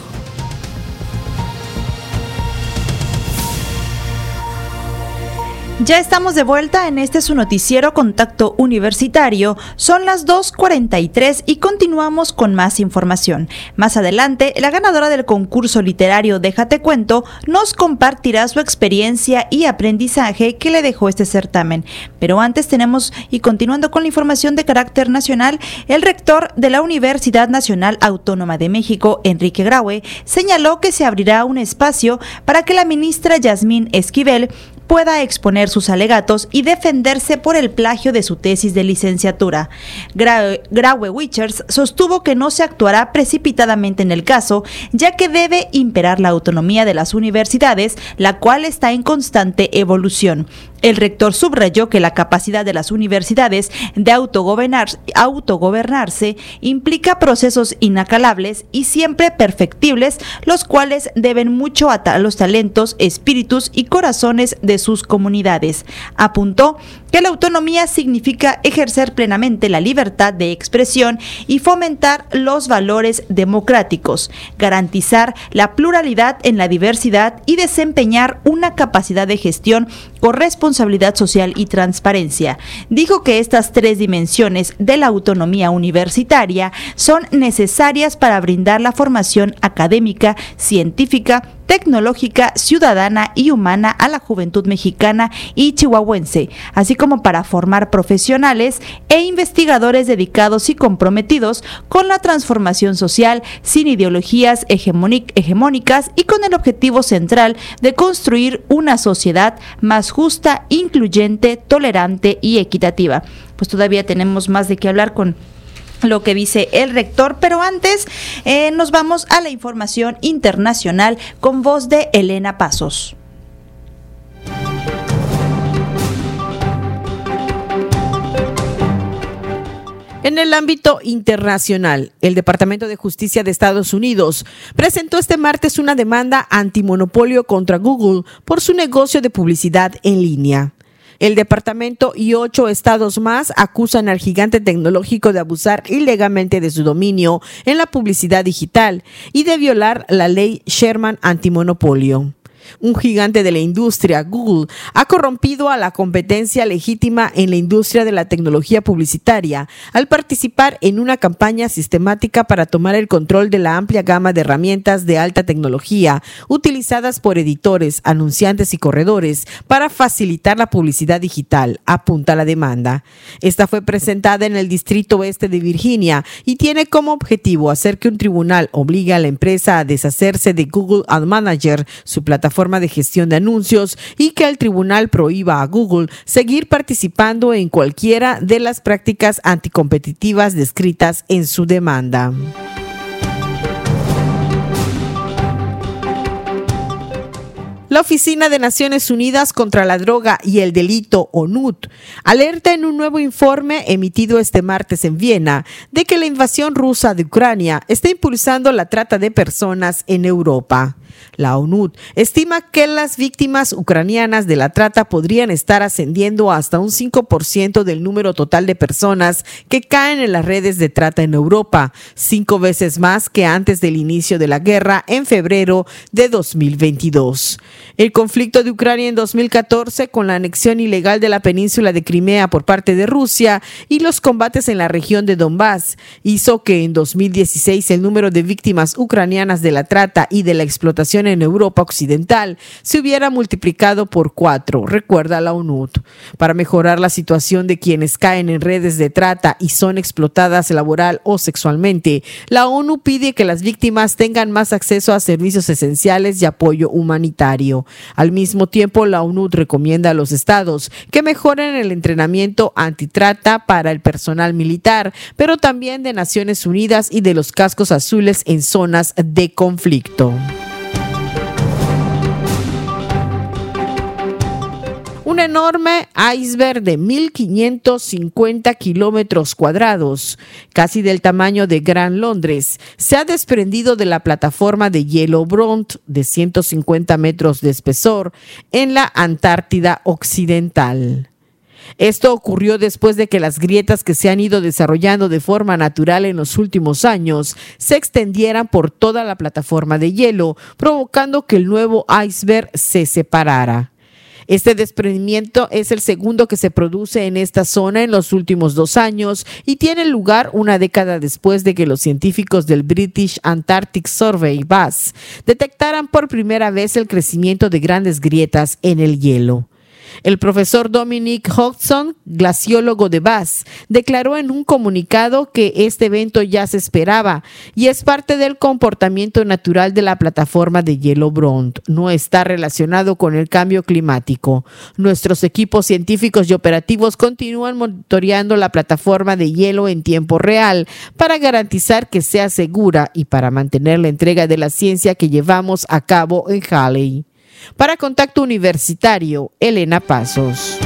Ya estamos de vuelta en este su noticiero Contacto Universitario. Son las 2:43 y continuamos con más información. Más adelante, la ganadora del concurso literario Déjate Cuento nos compartirá su experiencia y aprendizaje que le dejó este certamen. Pero antes tenemos, y continuando con la información de carácter nacional, el rector de la Universidad Nacional Autónoma de México, Enrique Graue, señaló que se abrirá un espacio para que la ministra Yasmín Esquivel pueda exponer sus alegatos y defenderse por el plagio de su tesis de licenciatura. Graue Wichers sostuvo que no se actuará precipitadamente en el caso, ya que debe imperar la autonomía de las universidades, la cual está en constante evolución. El rector subrayó que la capacidad de las universidades de autogobernarse implica procesos inacalables y siempre perfectibles, los cuales deben mucho a los talentos, espíritus y corazones de sus comunidades. Apuntó que la autonomía significa ejercer plenamente la libertad de expresión y fomentar los valores democráticos, garantizar la pluralidad en la diversidad y desempeñar una capacidad de gestión con responsabilidad social y transparencia. Dijo que estas tres dimensiones de la autonomía universitaria son necesarias para brindar la formación académica, científica, tecnológica, ciudadana y humana a la juventud mexicana y chihuahuense, así como para formar profesionales e investigadores dedicados y comprometidos con la transformación social sin ideologías hegemónicas y con el objetivo central de construir una sociedad más justa, incluyente, tolerante y equitativa. Pues todavía tenemos más de qué hablar con lo que dice el rector, pero antes nos vamos a la información internacional con voz de Elena Pasos. En el ámbito internacional, el Departamento de Justicia de Estados Unidos presentó este martes una demanda antimonopolio contra Google por su negocio de publicidad en línea. El departamento y 8 estados más acusan al gigante tecnológico de abusar ilegalmente de su dominio en la publicidad digital y de violar la ley Sherman antimonopolio. Un gigante de la industria, Google, ha corrompido a la competencia legítima en la industria de la tecnología publicitaria al participar en una campaña sistemática para tomar el control de la amplia gama de herramientas de alta tecnología utilizadas por editores, anunciantes y corredores para facilitar la publicidad digital, apunta la demanda. Esta fue presentada en el Distrito Oeste de Virginia y tiene como objetivo hacer que un tribunal obligue a la empresa a deshacerse de Google Ad Manager, su plataforma de gestión de anuncios, y que el tribunal prohíba a Google seguir participando en cualquiera de las prácticas anticompetitivas descritas en su demanda. La Oficina de Naciones Unidas contra la Droga y el Delito, ONUD, alerta en un nuevo informe emitido este martes en Viena de que la invasión rusa de Ucrania está impulsando la trata de personas en Europa. La ONU estima que las víctimas ucranianas de la trata podrían estar ascendiendo hasta un 5% del número total de personas que caen en las redes de trata en Europa, 5 veces más que antes del inicio de la guerra en febrero de 2022. El conflicto de Ucrania en 2014, con la anexión ilegal de la península de Crimea por parte de Rusia y los combates en la región de Donbass, hizo que en 2016 el número de víctimas ucranianas de la trata y de la explotación en Europa occidental se hubiera multiplicado por 4, recuerda la ONU. Para mejorar la situación de quienes caen en redes de trata y son explotadas laboral o sexualmente, la ONU pide que las víctimas tengan más acceso a servicios esenciales y apoyo humanitario. Al mismo tiempo, la ONU recomienda a los estados que mejoren el entrenamiento antitrata para el personal militar, pero también de Naciones Unidas y de los cascos azules en zonas de conflicto. Un enorme iceberg de 1.550 kilómetros cuadrados, casi del tamaño de Gran Londres, se ha desprendido de la plataforma de hielo Brunt de 150 metros de espesor en la Antártida Occidental. Esto ocurrió después de que las grietas que se han ido desarrollando de forma natural en los últimos años se extendieran por toda la plataforma de hielo, provocando que el nuevo iceberg se separara. Este desprendimiento es el segundo que se produce en esta zona en los últimos 2 años y tiene lugar una década después de que los científicos del British Antarctic Survey (BAS) detectaran por primera vez el crecimiento de grandes grietas en el hielo. El profesor Dominic Hodgson, glaciólogo de BAS, declaró en un comunicado que este evento ya se esperaba y es parte del comportamiento natural de la plataforma de hielo Brunt. No está relacionado con el cambio climático. Nuestros equipos científicos y operativos continúan monitoreando la plataforma de hielo en tiempo real para garantizar que sea segura y para mantener la entrega de la ciencia que llevamos a cabo en Halley. Para Contacto Universitario, Elena Pasos.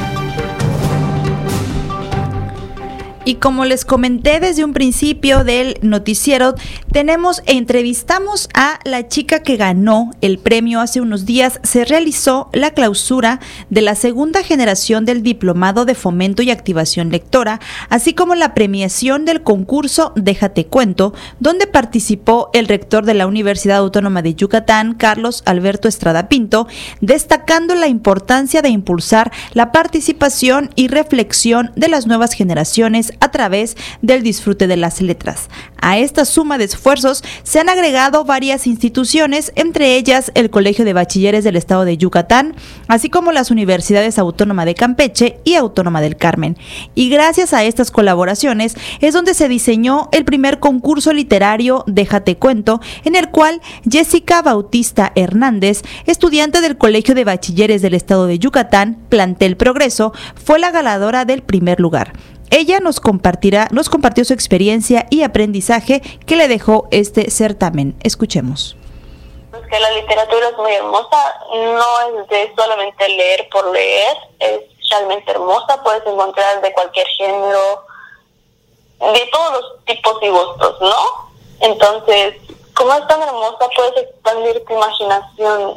Y como les comenté desde un principio del noticiero, entrevistamos a la chica que ganó el premio hace unos días. Se realizó la clausura de la segunda generación del Diplomado de Fomento y Activación Lectora, así como la premiación del concurso Déjate Cuento, donde participó el rector de la Universidad Autónoma de Yucatán, Carlos Alberto Estrada Pinto, destacando la importancia de impulsar la participación y reflexión de las nuevas generaciones a través del disfrute de las letras. A esta suma de esfuerzos se han agregado varias instituciones, entre ellas el Colegio de Bachilleres del Estado de Yucatán, así como las Universidades Autónoma de Campeche y Autónoma del Carmen. Y gracias a estas colaboraciones es donde se diseñó el primer concurso literario Déjate Cuento, en el cual Jessica Bautista Hernández, estudiante del Colegio de Bachilleres del Estado de Yucatán, plantel Progreso, fue la ganadora del primer lugar. Ella nos compartió su experiencia y aprendizaje que le dejó este certamen. Escuchemos. Pues que la literatura es muy hermosa, no es de solamente leer por leer, es realmente hermosa, puedes encontrar de cualquier género, de todos los tipos y gustos, ¿no? Entonces, como es tan hermosa, puedes expandir tu imaginación,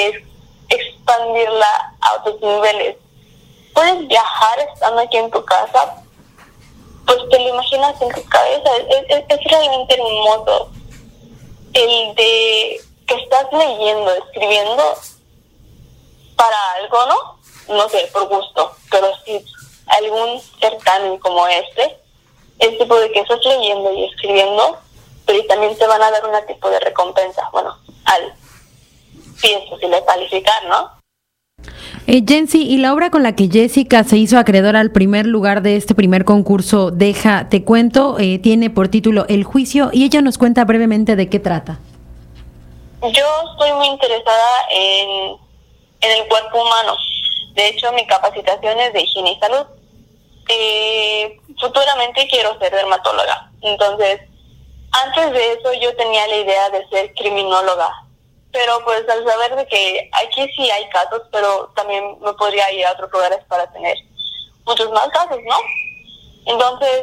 expandirla a otros niveles. Puedes viajar estando aquí en tu casa, pues te lo imaginas en tu cabeza, es realmente hermoso el de que estás leyendo, escribiendo para algo, ¿no? No sé, por gusto, pero si algún certamen como este, es tipo de que estás leyendo y escribiendo, pero también te van a dar un tipo de recompensa, bueno, pienso si le calificar, ¿no? Jensi, y la obra con la que Jessica se hizo acreedora al primer lugar de este primer concurso Déjate Cuento tiene por título El Juicio, y ella nos cuenta brevemente de qué trata. Yo estoy muy interesada en el cuerpo humano. De hecho, mi capacitación es de higiene y salud. Futuramente quiero ser dermatóloga. Entonces, antes de eso yo tenía la idea de ser criminóloga. Pero pues al saber de que aquí sí hay casos, pero también me podría ir a otros lugares para tener muchos más casos, ¿no? Entonces,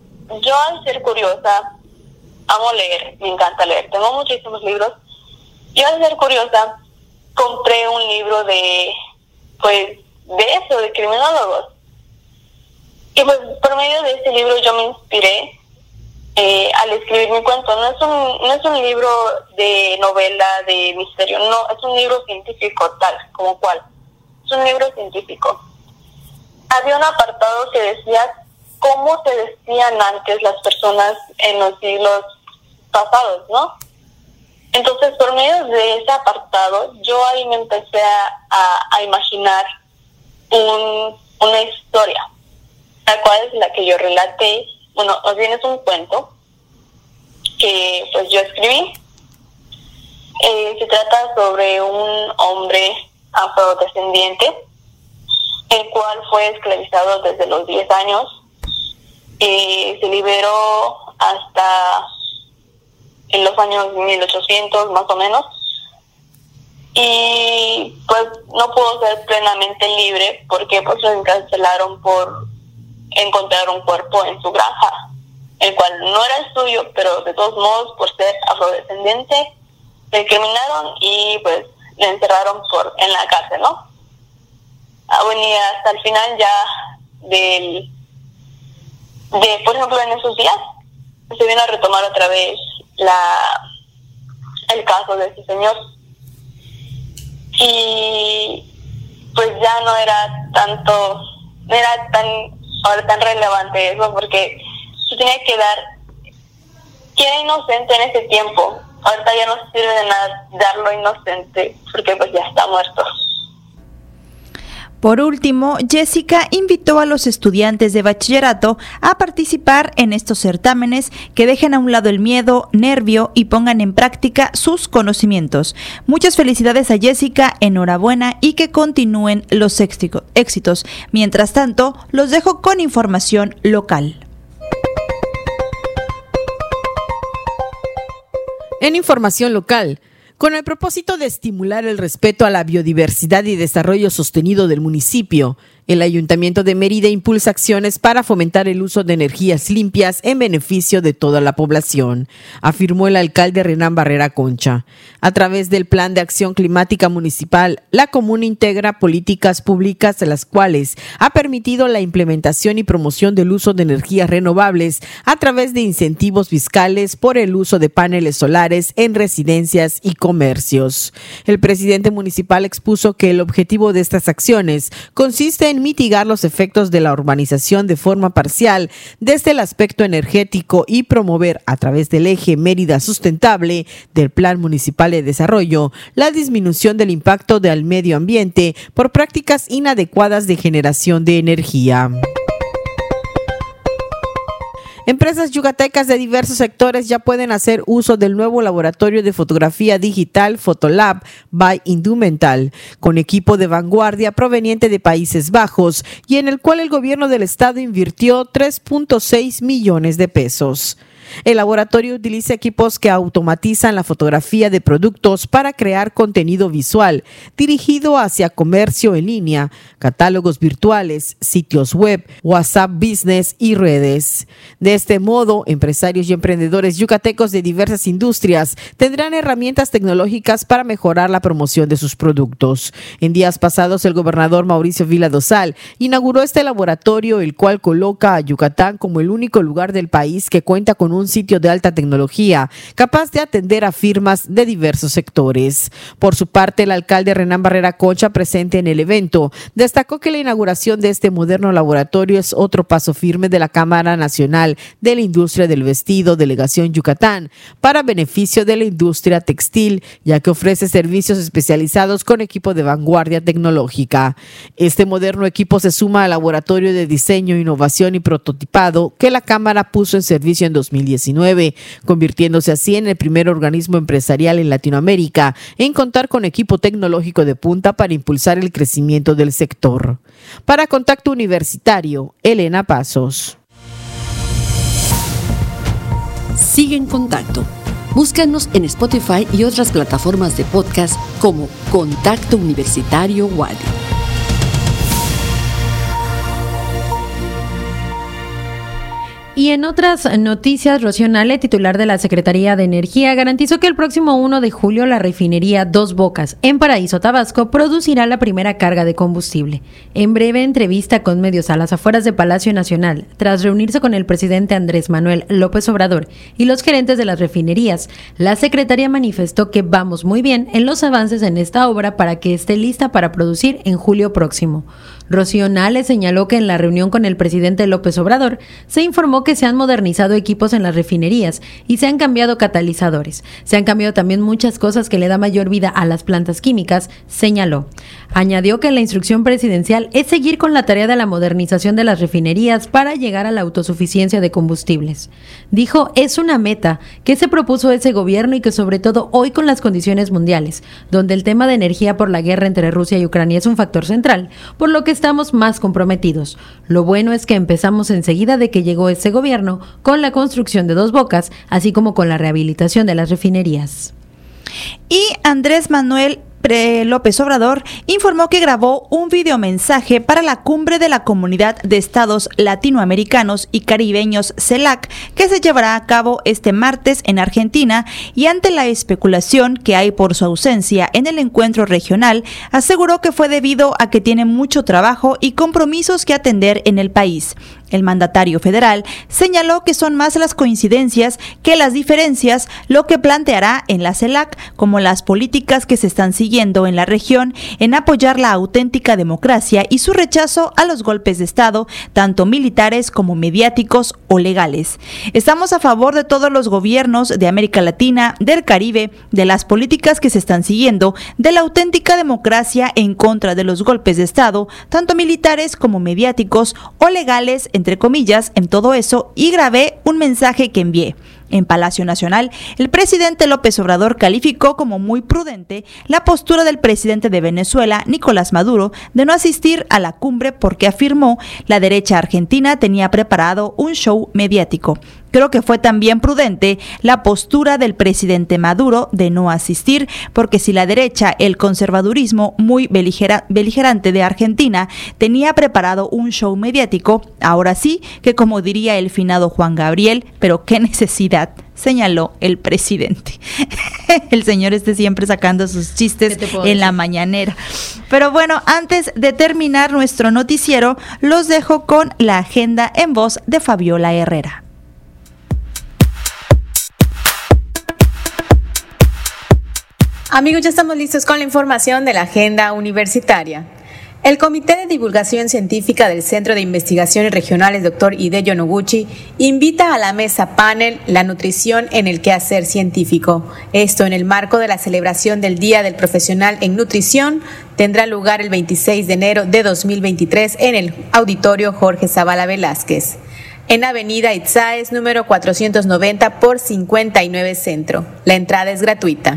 yo al ser curiosa, amo leer, me encanta leer. Tengo muchísimos libros yo al ser curiosa compré un libro de eso, de criminólogos. Y pues por medio de ese libro yo me inspiré al escribir mi cuento. No es un libro de novela, de misterio, no, es un libro científico tal, como cual. Es un libro científico. Había un apartado que decía cómo se vestían antes las personas en los siglos pasados, ¿no? Entonces, por medio de ese apartado, yo ahí me empecé a imaginar una historia, la cual es la que yo relaté. Bueno, más bien es un cuento que pues yo escribí. Se trata sobre un hombre afrodescendiente, el cual fue esclavizado desde los 10 años. Se liberó hasta en los años 1800 más o menos, y pues no pudo ser plenamente libre porque pues lo encarcelaron por encontrar un cuerpo en su granja, el cual no era el suyo, pero de todos modos, por ser afrodescendiente, le incriminaron y pues le encerraron en la cárcel, ¿no? Bueno, y hasta el final ya por ejemplo, en esos días se vino a retomar otra vez el caso de ese señor, y pues ya no era tan relevante eso, porque se tenía que dar que era inocente en ese tiempo. Ahorita ya no sirve de nada darlo inocente porque pues ya está muerto. Por último, Jessica invitó a los estudiantes de bachillerato a participar en estos certámenes, que dejen a un lado el miedo, nervio y pongan en práctica sus conocimientos. Muchas felicidades a Jessica, enhorabuena y que continúen los éxitos. Mientras tanto, los dejo con información local. En información local, con el propósito de estimular el respeto a la biodiversidad y desarrollo sostenido del municipio, el Ayuntamiento de Mérida impulsa acciones para fomentar el uso de energías limpias en beneficio de toda la población, afirmó el alcalde Renán Barrera Concha. A través del Plan de Acción Climática Municipal, la comuna integra políticas públicas de las cuales ha permitido la implementación y promoción del uso de energías renovables a través de incentivos fiscales por el uso de paneles solares en residencias y comercios. El presidente municipal expuso que el objetivo de estas acciones consiste en mitigar los efectos de la urbanización de forma parcial desde el aspecto energético y promover a través del eje Mérida Sustentable del Plan Municipal de Desarrollo la disminución del impacto del medio ambiente por prácticas inadecuadas de generación de energía. Empresas yucatecas de diversos sectores ya pueden hacer uso del nuevo laboratorio de fotografía digital Photolab by Indumental, con equipo de vanguardia proveniente de Países Bajos y en el cual el gobierno del estado invirtió 3.6 millones de pesos. El laboratorio utiliza equipos que automatizan la fotografía de productos para crear contenido visual dirigido hacia comercio en línea, catálogos virtuales, sitios web, WhatsApp Business y redes. De este modo, empresarios y emprendedores yucatecos de diversas industrias tendrán herramientas tecnológicas para mejorar la promoción de sus productos. En días pasados, el gobernador Mauricio Vila Dosal inauguró este laboratorio, el cual coloca a Yucatán como el único lugar del país que cuenta con un sitio de alta tecnología capaz de atender a firmas de diversos sectores. Por su parte, el alcalde Renán Barrera Concha, presente en el evento, destacó que la inauguración de este moderno laboratorio es otro paso firme de la Cámara Nacional de la Industria del Vestido, Delegación Yucatán, para beneficio de la industria textil, ya que ofrece servicios especializados con equipo de vanguardia tecnológica. Este moderno equipo se suma al laboratorio de diseño, innovación y prototipado que la Cámara puso en servicio en 2019, convirtiéndose así en el primer organismo empresarial en Latinoamérica en contar con equipo tecnológico de punta para impulsar el crecimiento del sector. Para Contacto Universitario, Elena Pasos. Sigue en contacto. Búscanos en Spotify y otras plataformas de podcast como Contacto Universitario Wadi. Y en otras noticias, Rocío Nale, titular de la Secretaría de Energía, garantizó que el próximo 1 de julio la refinería Dos Bocas, en Paraíso, Tabasco, producirá la primera carga de combustible. En breve entrevista con medios a las afueras de Palacio Nacional, tras reunirse con el presidente Andrés Manuel López Obrador y los gerentes de las refinerías, la secretaria manifestó que vamos muy bien en los avances en esta obra para que esté lista para producir en julio próximo. Rocío Nale señaló que en la reunión con el presidente López Obrador se informó que se han modernizado equipos en las refinerías y se han cambiado catalizadores. Se han cambiado también muchas cosas que le da mayor vida a las plantas químicas, señaló. Añadió que la instrucción presidencial es seguir con la tarea de la modernización de las refinerías para llegar a la autosuficiencia de combustibles. Dijo, es una meta que se propuso ese gobierno y que sobre todo hoy con las condiciones mundiales, donde el tema de energía por la guerra entre Rusia y Ucrania es un factor central, por lo que estamos más comprometidos. Lo bueno es que empezamos enseguida de que llegó ese gobierno con la construcción de Dos Bocas, así como con la rehabilitación de las refinerías. Y Andrés Manuel López Obrador informó que grabó un videomensaje para la cumbre de la Comunidad de Estados Latinoamericanos y Caribeños CELAC, que se llevará a cabo este martes en Argentina, y ante la especulación que hay por su ausencia en el encuentro regional, aseguró que fue debido a que tiene mucho trabajo y compromisos que atender en el país. El mandatario federal señaló que son más las coincidencias que las diferencias, lo que planteará en la CELAC como las políticas que se están siguiendo en la región en apoyar la auténtica democracia y su rechazo a los golpes de Estado, tanto militares como mediáticos o legales. Estamos a favor de todos los gobiernos de América Latina, del Caribe, de las políticas que se están siguiendo, de la auténtica democracia en contra de los golpes de Estado, tanto militares como mediáticos o legales, entre comillas, en todo eso, y grabé un mensaje que envié. En Palacio Nacional, el presidente López Obrador calificó como muy prudente la postura del presidente de Venezuela, Nicolás Maduro, de no asistir a la cumbre porque afirmó la derecha argentina tenía preparado un show mediático. Creo que fue también prudente la postura del presidente Maduro de no asistir, porque si la derecha, el conservadurismo muy beligerante de Argentina, tenía preparado un show mediático, ahora sí que, como diría el finado Juan Gabriel, pero qué necesidad, señaló el presidente. El señor siempre sacando sus chistes en la mañanera. Pero bueno, antes de terminar nuestro noticiero, los dejo con la agenda en voz de Fabiola Herrera. Amigos, ya estamos listos con la información de la agenda universitaria. El Comité de Divulgación Científica del Centro de Investigaciones Regionales Dr. Hideo Noguchi invita a la mesa panel La nutrición en el quehacer científico. Esto en el marco de la celebración del Día del Profesional en Nutrición. Tendrá lugar el 26 de enero de 2023 en el Auditorio Jorge Zavala Velázquez, en Avenida Itzáez, número 490 por 59 Centro. La entrada es gratuita.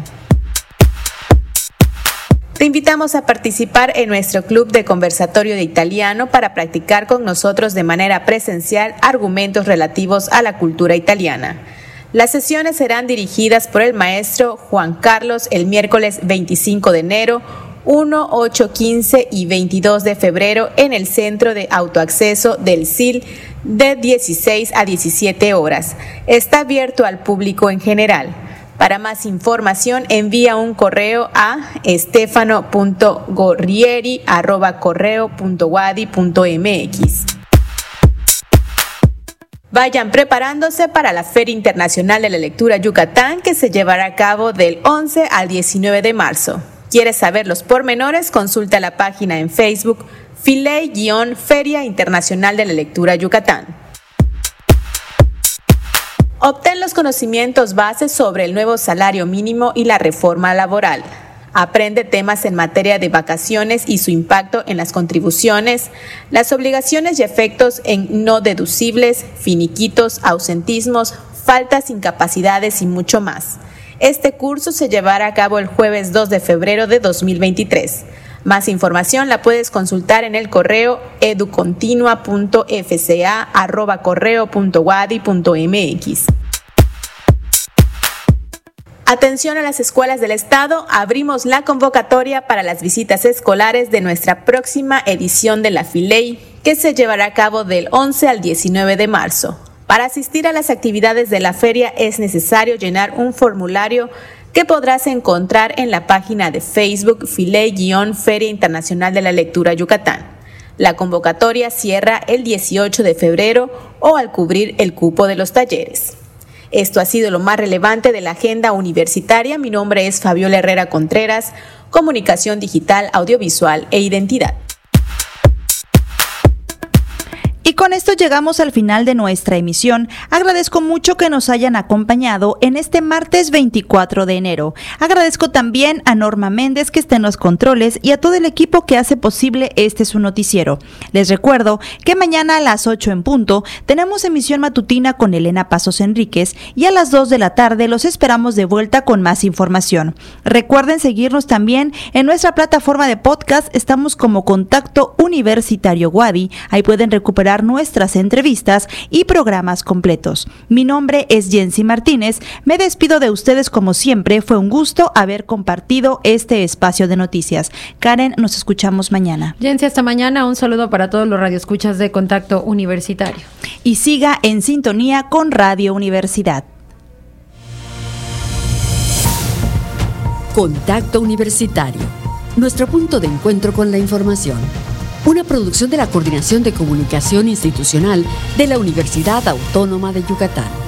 Te invitamos a participar en nuestro club de conversatorio de italiano para practicar con nosotros de manera presencial argumentos relativos a la cultura italiana. Las sesiones serán dirigidas por el maestro Juan Carlos el miércoles 25 de enero, 1, 8, 15 y 22 de febrero en el Centro de Autoacceso del CIL de 16 a 17 horas. Está abierto al público en general. Para más información, envía un correo a stefano.gorrieri@correo.wadi.mx. Vayan preparándose para la Feria Internacional de la Lectura Yucatán, que se llevará a cabo del 11 al 19 de marzo. ¿Quieres saber los pormenores? Consulta la página en Facebook Filey-Feria Internacional de la Lectura Yucatán. Obtén los conocimientos bases sobre el nuevo salario mínimo y la reforma laboral. Aprende temas en materia de vacaciones y su impacto en las contribuciones, las obligaciones y efectos en no deducibles, finiquitos, ausentismos, faltas, incapacidades y mucho más. Este curso se llevará a cabo el jueves 2 de febrero de 2023. Más información la puedes consultar en el correo educontinua.fca@correo.wadi.mx. Atención a las escuelas del Estado, abrimos la convocatoria para las visitas escolares de nuestra próxima edición de la Filey, que se llevará a cabo del 11 al 19 de marzo. Para asistir a las actividades de la feria es necesario llenar un formulario que podrás encontrar en la página de Facebook Filey-Feria Internacional de la Lectura Yucatán. La convocatoria cierra el 18 de febrero o al cubrir el cupo de los talleres. Esto ha sido lo más relevante de la agenda universitaria. Mi nombre es Fabiola Herrera Contreras, Comunicación Digital, Audiovisual e Identidad. Y con esto llegamos al final de nuestra emisión. Agradezco mucho que nos hayan acompañado en este martes 24 de enero. Agradezco también a Norma Méndez, que está en los controles, y a todo el equipo que hace posible su noticiero. Les recuerdo que mañana a las 8 en punto tenemos emisión matutina con Elena Pasos Enríquez, y a las 2 de la tarde los esperamos de vuelta con más información. Recuerden seguirnos también en nuestra plataforma de podcast. Estamos como Contacto Universitario Wadi. Ahí pueden recuperar nuestras entrevistas y programas completos. Mi nombre es Jensi Martínez. Me despido de ustedes como siempre. Fue un gusto haber compartido este espacio de noticias. Karen, nos escuchamos mañana. Jensi, hasta mañana. Un saludo para todos los radioescuchas de Contacto Universitario. Y siga en sintonía con Radio Universidad. Contacto Universitario, nuestro punto de encuentro con la información. Una producción de la Coordinación de Comunicación Institucional de la Universidad Autónoma de Yucatán.